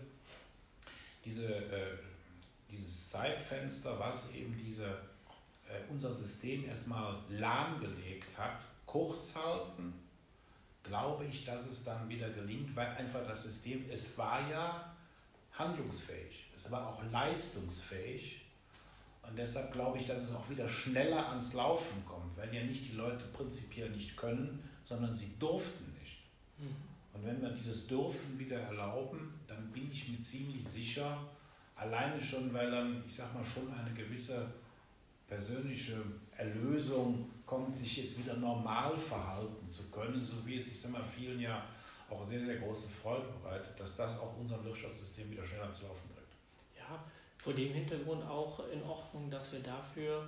diese, äh, dieses Zeitfenster, was eben diese, äh, unser System erstmal lahmgelegt hat, kurz halten, glaube ich, dass es dann wieder gelingt, weil einfach das System, es war ja handlungsfähig, es war auch leistungsfähig. Und deshalb glaube ich, dass es auch wieder schneller ans Laufen kommt, weil ja nicht die Leute prinzipiell nicht können, sondern sie durften nicht. Mhm. Und wenn wir dieses Dürfen wieder erlauben, dann bin ich mir ziemlich sicher, alleine schon, weil dann, ich sag mal, schon eine gewisse persönliche Erlösung kommt, sich jetzt wieder normal verhalten zu können, so wie es, ich sag mal, vielen ja auch sehr, sehr große Freude bereitet, dass das auch unser Wirtschaftssystem wieder schneller zu laufen bringt. Ja, vor dem Hintergrund auch in Ordnung, dass wir dafür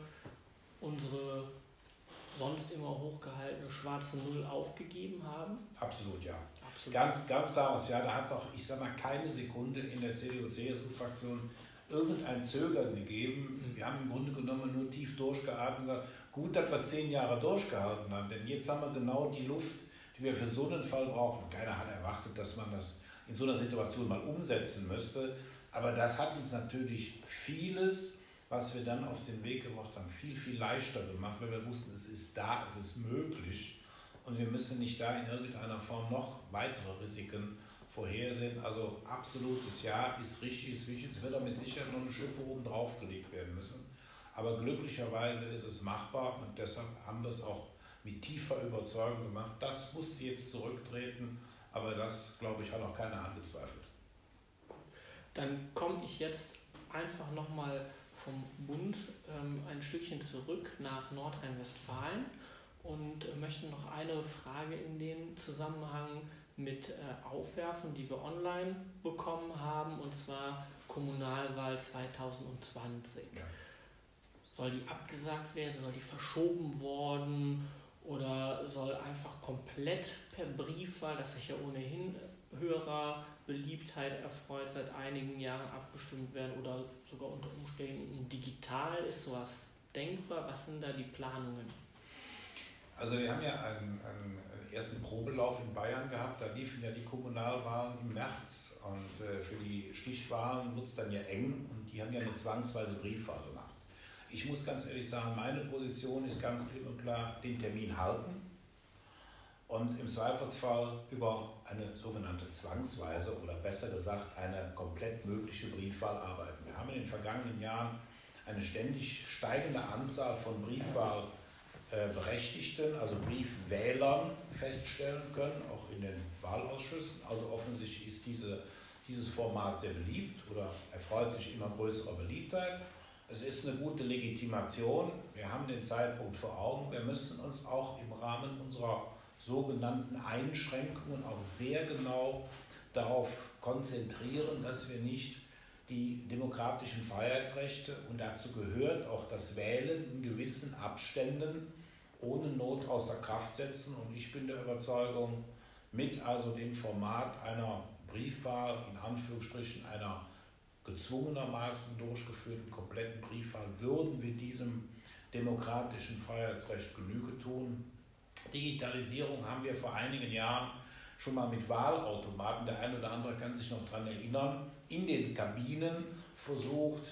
unsere sonst immer hochgehaltene schwarze Null aufgegeben haben? Absolut, ja. Absolut. Ganz, ganz klares Ja. Da hat es auch, ich sag mal, keine Sekunde in der C D U C S U-Fraktion irgendein Zögern gegeben. Wir haben im Grunde genommen nur tief durchgeatmet und gesagt, gut, dass wir zehn Jahre durchgehalten haben, denn jetzt haben wir genau die Luft, die wir für so einen Fall brauchen. Keiner hat erwartet, dass man das in so einer Situation mal umsetzen müsste, aber das hat uns natürlich vieles, was wir dann auf den Weg gebracht haben, viel, viel leichter gemacht, weil wir wussten, es ist da, es ist möglich und wir müssen nicht da in irgendeiner Form noch weitere Risiken vorhersehen. Also absolutes Ja ist richtig, ist wichtig. Es wird damit sicher noch eine Schippe oben drauf gelegt werden müssen. Aber glücklicherweise ist es machbar und deshalb haben wir es auch mit tiefer Überzeugung gemacht. Das musste jetzt zurücktreten, aber das, glaube ich, hat auch keiner angezweifelt. Dann komme ich jetzt einfach nochmal vom Bund ähm, ein Stückchen zurück nach Nordrhein-Westfalen und äh, möchte noch eine Frage in dem Zusammenhang mit äh, aufwerfen, die wir online bekommen haben, und zwar Kommunalwahl zwanzig zwanzig. Ja. Soll die abgesagt werden, soll die verschoben worden oder soll einfach komplett per Briefwahl, das sich ja ohnehin höherer Beliebtheit erfreut, seit einigen Jahren abgestimmt werden oder sogar unter Umständen digital? Ist sowas denkbar? Was sind da die Planungen? Also wir haben ja einen, einen ersten Probelauf in Bayern gehabt, da liefen ja die Kommunalwahlen im März und äh, für die Stichwahlen wird es dann ja eng und die haben ja eine zwangsweise Briefwahl gemacht. Ich muss ganz ehrlich sagen, meine Position ist ganz klipp und klar, den Termin halten und im Zweifelsfall über eine sogenannte zwangsweise oder besser gesagt eine komplett mögliche Briefwahl arbeiten. Wir haben in den vergangenen Jahren eine ständig steigende Anzahl von Briefwahlberechtigten, also Briefwählern feststellen können, auch in den Wahlausschüssen. Also offensichtlich ist diese, dieses Format sehr beliebt oder erfreut sich immer größerer Beliebtheit. Es ist eine gute Legitimation. Wir haben den Zeitpunkt vor Augen. Wir müssen uns auch im Rahmen unserer sogenannten Einschränkungen auch sehr genau darauf konzentrieren, dass wir nicht die demokratischen Freiheitsrechte, und dazu gehört auch das Wählen in gewissen Abständen, ohne Not außer Kraft setzen. Und ich bin der Überzeugung, mit also dem Format einer Briefwahl, in Anführungsstrichen einer gezwungenermaßen durchgeführten kompletten Briefwahl, würden wir diesem demokratischen Freiheitsrecht Genüge tun. Digitalisierung haben wir vor einigen Jahren schon mal mit Wahlautomaten, der eine oder andere kann sich noch daran erinnern, in den Kabinen versucht.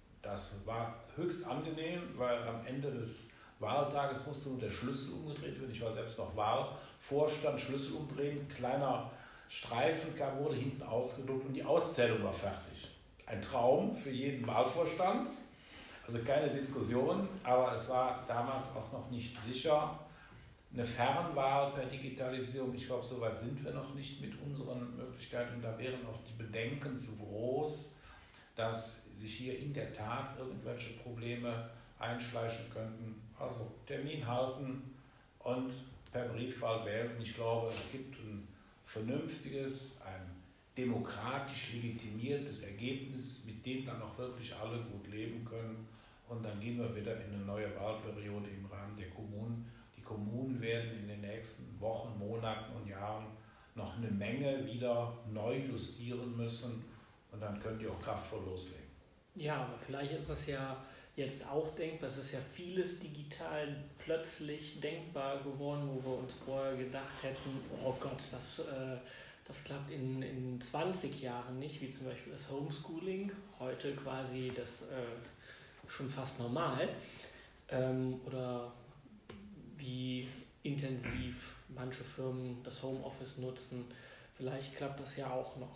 Das war höchst angenehm, weil am Ende des Wahltages musste nur der Schlüssel umgedreht werden. Ich war selbst noch Wahlvorstand, Schlüssel umdrehen, kleiner Streifen kam, wurde hinten ausgedruckt und die Auszählung war fertig. Ein Traum für jeden Wahlvorstand, also keine Diskussion, aber es war damals auch noch nicht sicher. Eine Fernwahl per Digitalisierung, ich glaube, so weit sind wir noch nicht mit unseren Möglichkeiten. Und da wären auch die Bedenken zu groß, dass sich hier in der Tat irgendwelche Probleme einschleichen könnten. Also Termin halten und per Briefwahl wählen. Und ich glaube, es gibt ein vernünftiges, ein demokratisch legitimiertes Ergebnis, mit dem dann auch wirklich alle gut leben können. Und dann gehen wir wieder in eine neue Wahlperiode im Rahmen der Kommunen. Die Kommunen werden in den nächsten Wochen, Monaten und Jahren noch eine Menge wieder neu justieren müssen. Und dann können die auch kraftvoll loslegen. Ja, aber vielleicht ist es ja jetzt auch denkbar, es ist ja vieles digital plötzlich denkbar geworden, wo wir uns vorher gedacht hätten, oh Gott, das... Äh, Das klappt in, in zwanzig Jahren nicht, wie zum Beispiel das Homeschooling, heute quasi das äh, schon fast normal. Ähm, oder wie intensiv manche Firmen das Homeoffice nutzen. Vielleicht klappt das ja auch noch.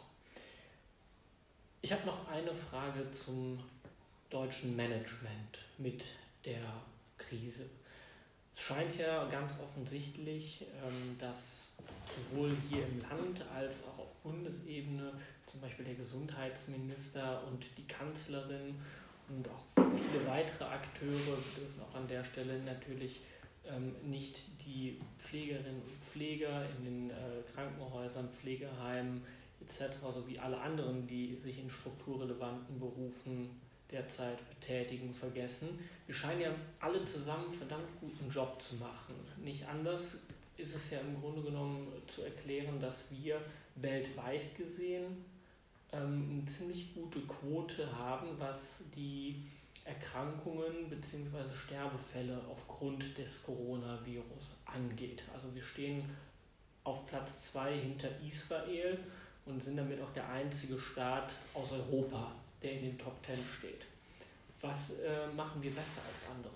Ich habe noch eine Frage zum deutschen Management mit der Krise. Es scheint ja ganz offensichtlich, ähm, dass sowohl hier im Land als auch auf Bundesebene zum Beispiel der Gesundheitsminister und die Kanzlerin und auch viele weitere Akteure, wir dürfen auch an der Stelle natürlich ähm, nicht die Pflegerinnen und Pfleger in den äh, Krankenhäusern, Pflegeheimen et cetera sowie alle anderen, die sich in strukturrelevanten Berufen derzeit betätigen, vergessen. Wir scheinen ja alle zusammen einen verdammt guten Job zu machen. Nicht anders ist es ja im Grunde genommen zu erklären, dass wir weltweit gesehen ähm, eine ziemlich gute Quote haben, was die Erkrankungen bzw. Sterbefälle aufgrund des Coronavirus angeht. Also wir stehen auf Platz zwei hinter Israel und sind damit auch der einzige Staat aus Europa, der in den Top Ten steht. Was äh, machen wir besser als andere?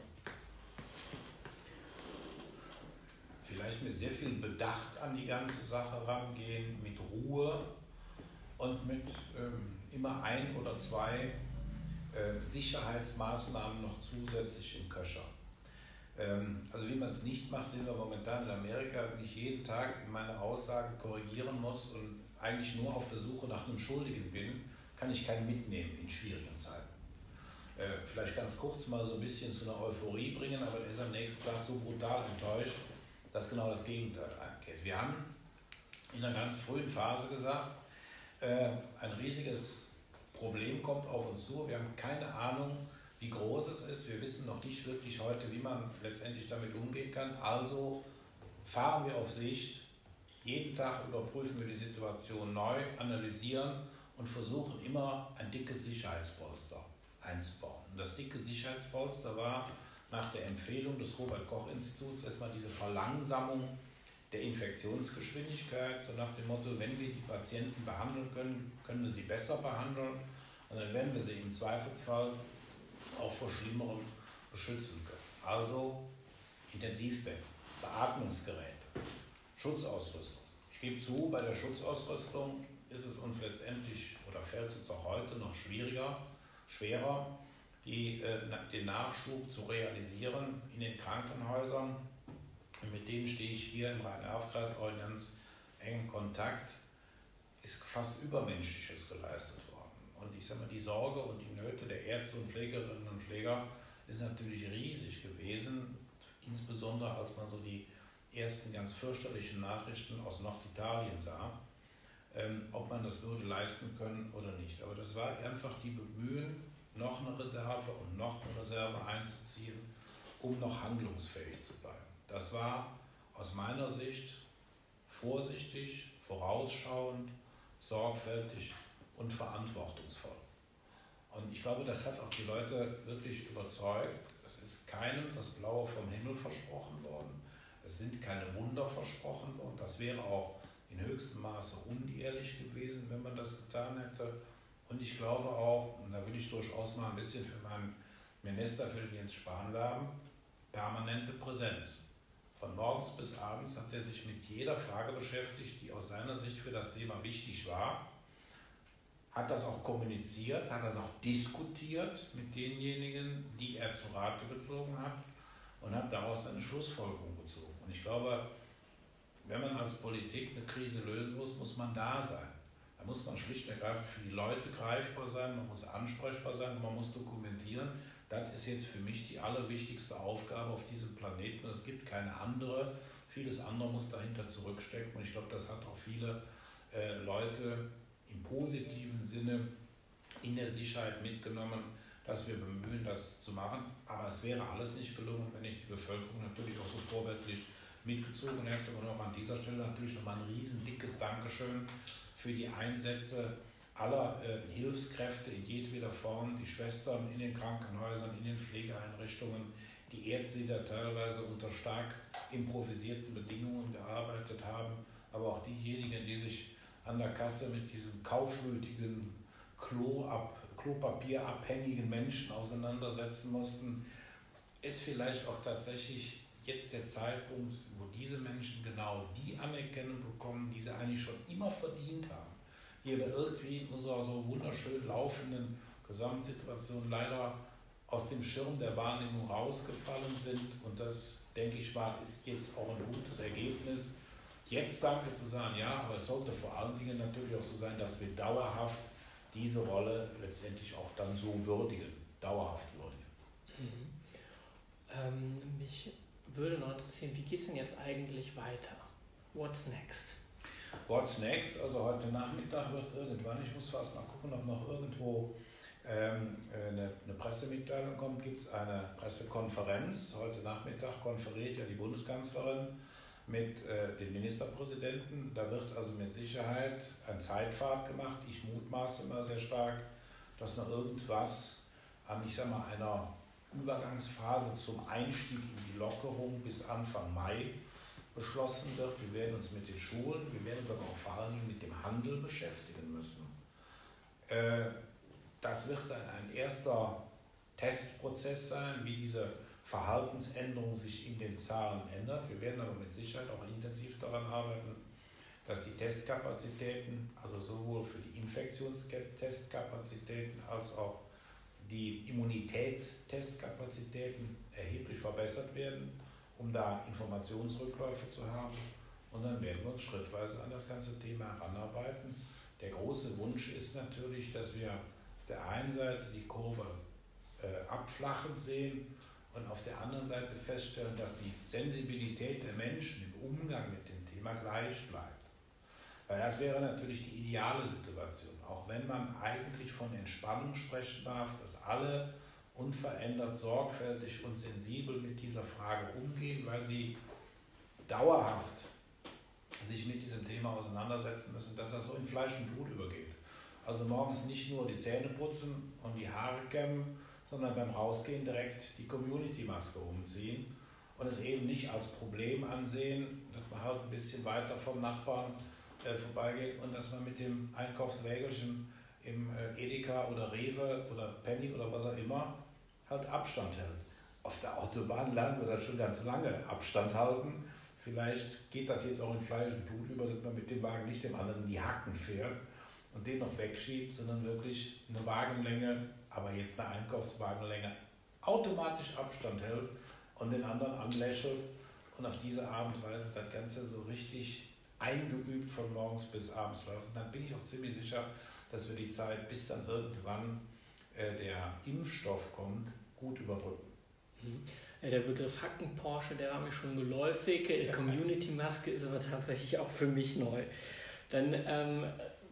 Vielleicht mit sehr viel Bedacht an die ganze Sache rangehen, mit Ruhe und mit ähm, immer ein oder zwei äh, Sicherheitsmaßnahmen noch zusätzlich im Köcher. Ähm, also wie man es nicht macht, sehen wir momentan in Amerika, wenn ich jeden Tag meine Aussagen korrigieren muss und eigentlich nur auf der Suche nach einem Schuldigen bin, kann ich keinen mitnehmen in schwierigen Zeiten. Äh, vielleicht ganz kurz mal so ein bisschen zu einer Euphorie bringen, aber der ist am nächsten Tag so brutal enttäuscht, dass genau das Gegenteil eingeht. Wir haben in einer ganz frühen Phase gesagt, äh, ein riesiges Problem kommt auf uns zu. Wir haben keine Ahnung, wie groß es ist. Wir wissen noch nicht wirklich heute, wie man letztendlich damit umgehen kann. Also fahren wir auf Sicht. Jeden Tag überprüfen wir die Situation neu, analysieren und versuchen immer ein dickes Sicherheitspolster einzubauen. Und das dicke Sicherheitspolster war nach der Empfehlung des Robert-Koch-Instituts erstmal diese Verlangsamung der Infektionsgeschwindigkeit, so nach dem Motto, wenn wir die Patienten behandeln können, können wir sie besser behandeln und dann werden wir sie im Zweifelsfall auch vor Schlimmerem beschützen können. Also Intensivbetten, Beatmungsgeräte, Schutzausrüstung. Ich gebe zu, bei der Schutzausrüstung ist es uns letztendlich oder fällt es uns auch heute noch schwieriger, schwerer, die, äh, den Nachschub zu realisieren in den Krankenhäusern. Und mit denen stehe ich hier im Rhein-Erft-Kreis auch in ganz engem Kontakt, ist fast Übermenschliches geleistet worden. Und ich sage mal, die Sorge und die Nöte der Ärzte und Pflegerinnen und Pfleger ist natürlich riesig gewesen, insbesondere als man so die ersten ganz fürchterlichen Nachrichten aus Norditalien sah, ähm, ob man das würde leisten können oder nicht. Aber das war einfach die Bemühen, noch eine Reserve und noch eine Reserve einzuziehen, um noch handlungsfähig zu bleiben. Das war aus meiner Sicht vorsichtig, vorausschauend, sorgfältig und verantwortungsvoll. Und ich glaube, das hat auch die Leute wirklich überzeugt. Es ist keinem das Blaue vom Himmel versprochen worden. Es sind keine Wunder versprochen worden. Das wäre auch in höchstem Maße unehrlich gewesen, wenn man das getan hätte. Und ich glaube auch, und da will ich durchaus mal ein bisschen für meinen Minister, für den Jens Spahn werben, permanente Präsenz. Von morgens bis abends hat er sich mit jeder Frage beschäftigt, die aus seiner Sicht für das Thema wichtig war, hat das auch kommuniziert, hat das auch diskutiert mit denjenigen, die er zu Rate gezogen hat und hat daraus eine Schlussfolgerung gezogen. Und ich glaube, wenn man als Politik eine Krise lösen muss, muss man da sein. Da muss man schlicht und ergreifend für die Leute greifbar sein, man muss ansprechbar sein, man muss dokumentieren. Das ist jetzt für mich die allerwichtigste Aufgabe auf diesem Planeten. Es gibt keine andere. Vieles andere muss dahinter zurückstecken. Und ich glaube, das hat auch viele äh, Leute im positiven Sinne in der Sicherheit mitgenommen, dass wir bemühen, das zu machen. Aber es wäre alles nicht gelungen, wenn ich die Bevölkerung natürlich auch so vorbildlich mitgezogen hätte. Und auch an dieser Stelle natürlich nochmal ein riesen dickes Dankeschön für die Einsätze aller äh, Hilfskräfte in jedweder Form, die Schwestern in den Krankenhäusern, in den Pflegeeinrichtungen, die Ärzte, die da teilweise unter stark improvisierten Bedingungen gearbeitet haben, aber auch diejenigen, die sich an der Kasse mit diesen kaufwütigen, Kloab, klopapierabhängigen Menschen auseinandersetzen mussten, ist vielleicht auch tatsächlich jetzt der Zeitpunkt, wo diese Menschen genau die Anerkennung bekommen, die sie eigentlich schon immer verdient haben. Hier aber irgendwie in unserer so wunderschön laufenden Gesamtsituation leider aus dem Schirm der Wahrnehmung rausgefallen sind. Und das, denke ich mal, ist jetzt auch ein gutes Ergebnis. Jetzt Danke zu sagen, ja, aber es sollte vor allen Dingen natürlich auch so sein, dass wir dauerhaft diese Rolle letztendlich auch dann so würdigen, dauerhaft würdigen. Mhm. Ähm, mich würde noch interessieren, wie geht es denn jetzt eigentlich weiter? What's next? What's next? Also heute Nachmittag wird irgendwann, ich muss fast mal gucken, ob noch irgendwo ähm, eine, eine Pressemitteilung kommt, gibt es eine Pressekonferenz. Heute Nachmittag konferiert ja die Bundeskanzlerin mit äh, den Ministerpräsidenten. Da wird also mit Sicherheit ein Zeitpfad gemacht. Ich mutmaße immer sehr stark, dass noch irgendwas an, ich sag mal, einer Übergangsphase zum Einstieg in die Lockerung bis Anfang Mai beschlossen wird. Wir werden uns mit den Schulen, wir werden uns aber auch vor allen Dingen mit dem Handel beschäftigen müssen. Äh, das wird dann ein erster Testprozess sein, wie diese Verhaltensänderung sich in den Zahlen ändert. Wir werden aber mit Sicherheit auch intensiv daran arbeiten, dass die Testkapazitäten, also sowohl für die Infektionstestkapazitäten als auch die Immunitätstestkapazitäten erheblich verbessert werden, um da Informationsrückläufe zu haben. Und dann werden wir uns schrittweise an das ganze Thema heranarbeiten. Der große Wunsch ist natürlich, dass wir auf der einen Seite die Kurve äh, abflachend sehen und auf der anderen Seite feststellen, dass die Sensibilität der Menschen im Umgang mit dem Thema gleich bleibt. Weil das wäre natürlich die ideale Situation, auch wenn man eigentlich von Entspannung sprechen darf, dass alle unverändert sorgfältig und sensibel mit dieser Frage umgehen, weil sie dauerhaft sich mit diesem Thema auseinandersetzen müssen, dass das so in Fleisch und Blut übergeht. Also morgens nicht nur die Zähne putzen und die Haare kämmen, sondern beim Rausgehen direkt die Community-Maske umziehen und es eben nicht als Problem ansehen, dass man halt ein bisschen weiter vom Nachbarn äh, vorbeigeht und dass man mit dem Einkaufswägelchen im äh, Edeka oder Rewe oder Penny oder was auch immer halt Abstand hält. Auf der Autobahn lernen wir das schon ganz lange, Abstand halten. Vielleicht geht das jetzt auch in Fleisch und Blut über, dass man mit dem Wagen nicht dem anderen in die Hacken fährt und den noch wegschiebt, sondern wirklich eine Wagenlänge, aber jetzt eine Einkaufswagenlänge, automatisch Abstand hält und den anderen anlächelt und auf diese Art und Weise das Ganze so richtig eingeübt von morgens bis abends läuft. Und dann bin ich auch ziemlich sicher, dass wir die Zeit, bis dann irgendwann äh, der Impfstoff kommt, gut überbrücken. Mhm. Der Begriff Hacken-Porsche, der war mir schon geläufig. Ja. Community-Maske ist aber tatsächlich auch für mich neu. Dann, ähm,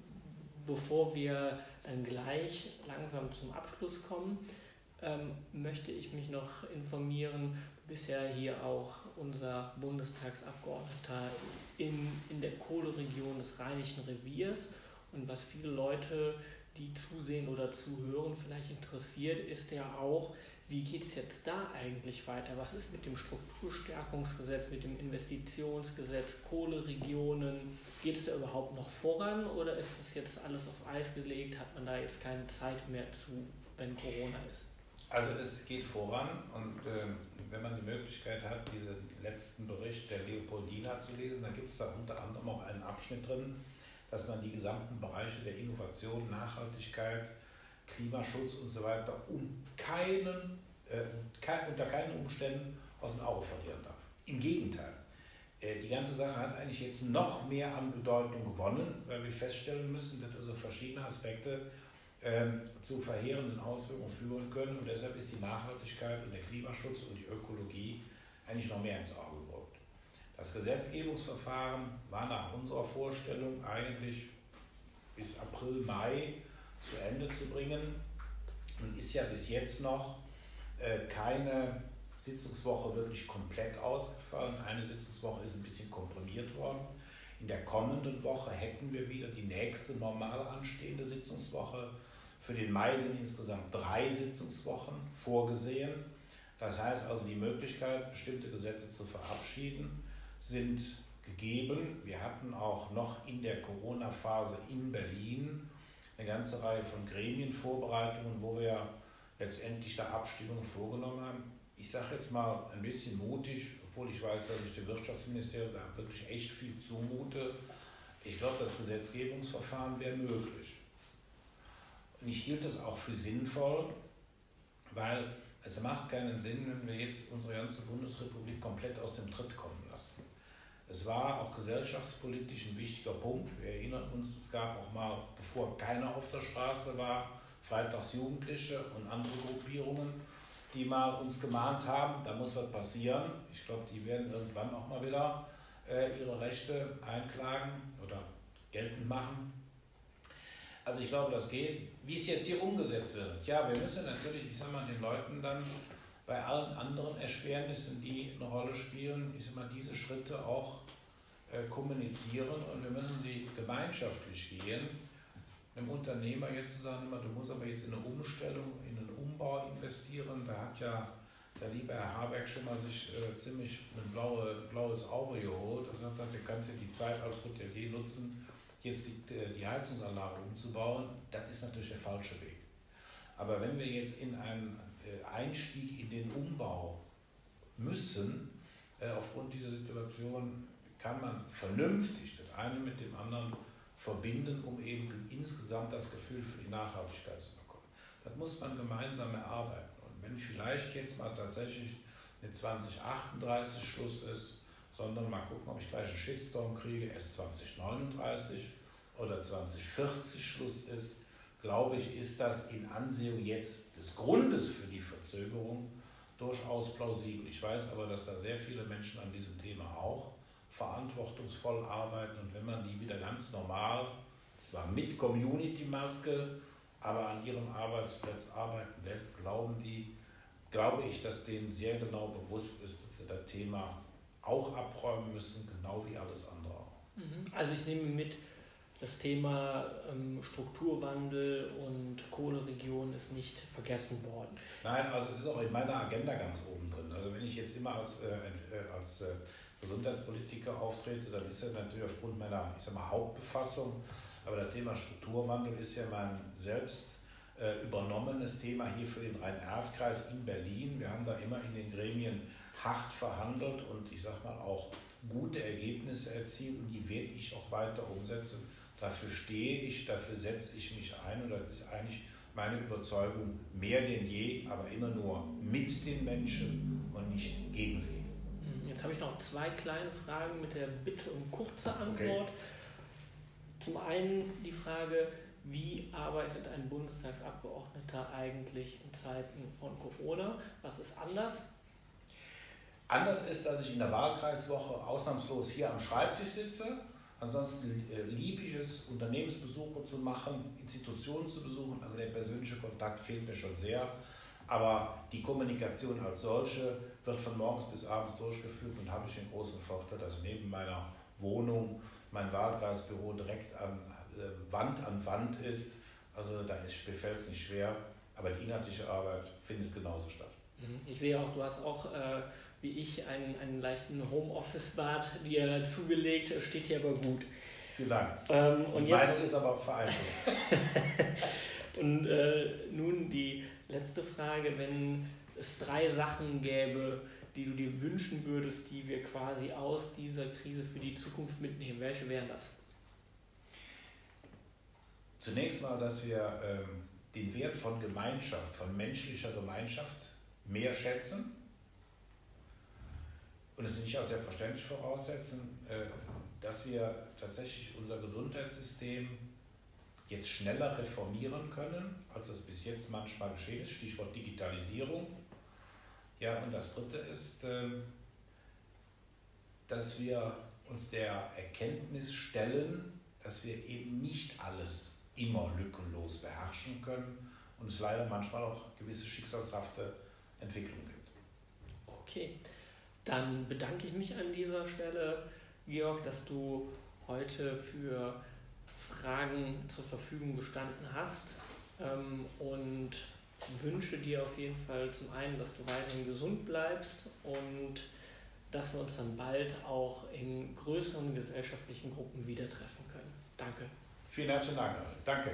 bevor wir dann gleich langsam zum Abschluss kommen, ähm, möchte ich mich noch informieren. Du bist ja hier auch unser Bundestagsabgeordneter in, in der Kohleregion des Rheinischen Reviers. Und was viele Leute, die zusehen oder zuhören, vielleicht interessiert, ist ja auch, wie geht es jetzt da eigentlich weiter? Was ist mit dem Strukturstärkungsgesetz, mit dem Investitionsgesetz, Kohleregionen? Geht es da überhaupt noch voran oder ist das jetzt alles auf Eis gelegt? Hat man da jetzt keine Zeit mehr zu, wenn Corona ist? Also es geht voran und äh, wenn man die Möglichkeit hat, diesen letzten Bericht der Leopoldina zu lesen, dann gibt es da unter anderem auch einen Abschnitt drin, dass man die gesamten Bereiche der Innovation, Nachhaltigkeit, Klimaschutz und so weiter um keinen, äh, ke unter keinen Umständen aus den Augen verlieren darf. Im Gegenteil, äh, die ganze Sache hat eigentlich jetzt noch mehr an Bedeutung gewonnen, weil wir feststellen müssen, dass also verschiedene Aspekte äh, zu verheerenden Auswirkungen führen können und deshalb ist die Nachhaltigkeit und der Klimaschutz und die Ökologie eigentlich noch mehr ins Auge gerückt. Das Gesetzgebungsverfahren war nach unserer Vorstellung eigentlich bis April, Mai zu Ende zu bringen und ist ja bis jetzt noch äh, keine Sitzungswoche wirklich komplett ausgefallen. Eine Sitzungswoche ist ein bisschen komprimiert worden. In der kommenden Woche hätten wir wieder die nächste normal anstehende Sitzungswoche. Für den Mai sind insgesamt drei Sitzungswochen vorgesehen. Das heißt also, die Möglichkeit, bestimmte Gesetze zu verabschieden, sind gegeben. Wir hatten auch noch in der Corona-Phase in Berlin eine ganze Reihe von Gremienvorbereitungen, wo wir letztendlich da Abstimmungen vorgenommen haben. Ich sage jetzt mal ein bisschen mutig, obwohl ich weiß, dass ich dem Wirtschaftsministerium da wirklich echt viel zumute. Ich glaube, das Gesetzgebungsverfahren wäre möglich. Und ich hielt es auch für sinnvoll, weil es macht keinen Sinn, wenn wir jetzt unsere ganze Bundesrepublik komplett aus dem Tritt kommen lassen. Es war auch gesellschaftspolitisch ein wichtiger Punkt. Wir erinnern uns, es gab auch mal, bevor keiner auf der Straße war, freitags Jugendliche und andere Gruppierungen, die mal uns gemahnt haben, da muss was passieren. Ich glaube, die werden irgendwann auch mal wieder äh, ihre Rechte einklagen oder geltend machen. Also ich glaube, das geht. Wie es jetzt hier umgesetzt wird, ja, wir müssen natürlich, ich sag mal, den Leuten dann bei allen anderen Erschwernissen, die eine Rolle spielen, ist immer diese Schritte auch äh, kommunizieren und wir müssen sie gemeinschaftlich gehen. Einem Unternehmer jetzt zu sagen, du musst aber jetzt in eine Umstellung, in einen Umbau investieren, da hat ja der liebe Herr Habeck schon mal sich äh, ziemlich ein blaue, blaues Auge geholt. Also er sagt, du kannst ja die Zeit als Hotelier nutzen, jetzt die, die Heizungsanlage umzubauen. Das ist natürlich der falsche Weg. Aber wenn wir jetzt in einen äh, Einstieg in den Umbau müssen, äh, aufgrund dieser Situation, kann man vernünftig das eine mit dem anderen verbinden, um eben insgesamt das Gefühl für die Nachhaltigkeit zu bekommen. Das muss man gemeinsam erarbeiten. Und wenn vielleicht jetzt mal tatsächlich mit zwanzig achtunddreißig Schluss ist, sondern mal gucken, ob ich gleich einen Shitstorm kriege, erst zwanzig neununddreißig oder zwanzig vierzig Schluss ist, glaube ich, ist das in Ansehung jetzt des Grundes für die Verzögerung durchaus plausibel. Ich weiß aber, dass da sehr viele Menschen an diesem Thema auch verantwortungsvoll arbeiten und wenn man die wieder ganz normal, zwar mit Community-Maske, aber an ihrem Arbeitsplatz arbeiten lässt, glauben die, glaube ich, dass denen sehr genau bewusst ist, dass sie das Thema auch abräumen müssen, genau wie alles andere auch. Also ich nehme mit, das Thema ähm, Strukturwandel und Kohleregion ist nicht vergessen worden. Nein, also es ist auch in meiner Agenda ganz oben drin. Also wenn ich jetzt immer als, äh, als äh, Gesundheitspolitiker auftrete, dann ist ja natürlich aufgrund meiner, ich sag mal, Hauptbefassung, aber das Thema Strukturwandel ist ja mein selbst äh, übernommenes Thema hier für den Rhein-Erft-Kreis in Berlin. Wir haben da immer in den Gremien hart verhandelt und ich sag mal auch gute Ergebnisse erzielt und die werde ich auch weiter umsetzen. Dafür stehe ich, dafür setze ich mich ein und das ist eigentlich meine Überzeugung mehr denn je, aber immer nur mit den Menschen und nicht gegen sie. Jetzt habe ich noch zwei kleine Fragen mit der Bitte um kurze Antwort. Okay. Zum einen die Frage, wie arbeitet ein Bundestagsabgeordneter eigentlich in Zeiten von Corona? Was ist anders? Anders ist, dass ich in der Wahlkreiswoche ausnahmslos hier am Schreibtisch sitze. Ansonsten äh, liebe ich es, Unternehmensbesuche zu machen, Institutionen zu besuchen. Also der persönliche Kontakt fehlt mir schon sehr. Aber die Kommunikation als solche wird von morgens bis abends durchgeführt und habe ich den großen Vorteil, dass neben meiner Wohnung mein Wahlkreisbüro direkt an äh, Wand an Wand ist. Also da ist, mir fällt es nicht schwer, aber die inhaltliche Arbeit findet genauso statt. Ich sehe auch, du hast auch, äh, wie ich, einen, einen leichten Homeoffice-Bart dir zugelegt, steht hier aber gut. Vielen Dank. Ähm, und die jetzt, Meinung ist aber vereinzelt. Und äh, nun die letzte Frage, wenn es drei Sachen gäbe, die du dir wünschen würdest, die wir quasi aus dieser Krise für die Zukunft mitnehmen, welche wären das? Zunächst mal, dass wir ähm, den Wert von Gemeinschaft, von menschlicher Gemeinschaft mehr schätzen und es nicht als selbstverständlich voraussetzen, äh, dass wir tatsächlich unser Gesundheitssystem jetzt schneller reformieren können, als es bis jetzt manchmal geschehen ist, Stichwort Digitalisierung. Ja, und das Dritte ist, dass wir uns der Erkenntnis stellen, dass wir eben nicht alles immer lückenlos beherrschen können und es leider manchmal auch gewisse schicksalshafte Entwicklungen gibt. Okay, dann bedanke ich mich an dieser Stelle, Georg, dass du heute für Fragen zur Verfügung gestanden hast ähm, und wünsche dir auf jeden Fall zum einen, dass du weiterhin gesund bleibst und dass wir uns dann bald auch in größeren gesellschaftlichen Gruppen wieder treffen können. Danke. Vielen herzlichen Dank. Danke.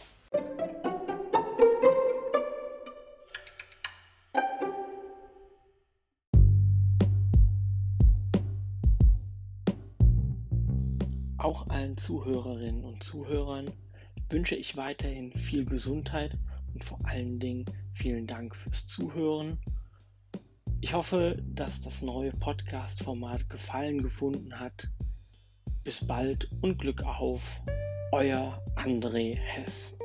Auch allen Zuhörerinnen und Zuhörern wünsche ich weiterhin viel Gesundheit und vor allen Dingen vielen Dank fürs Zuhören. Ich hoffe, dass das neue Podcast-Format Gefallen gefunden hat. Bis bald und Glück auf, euer André Hess.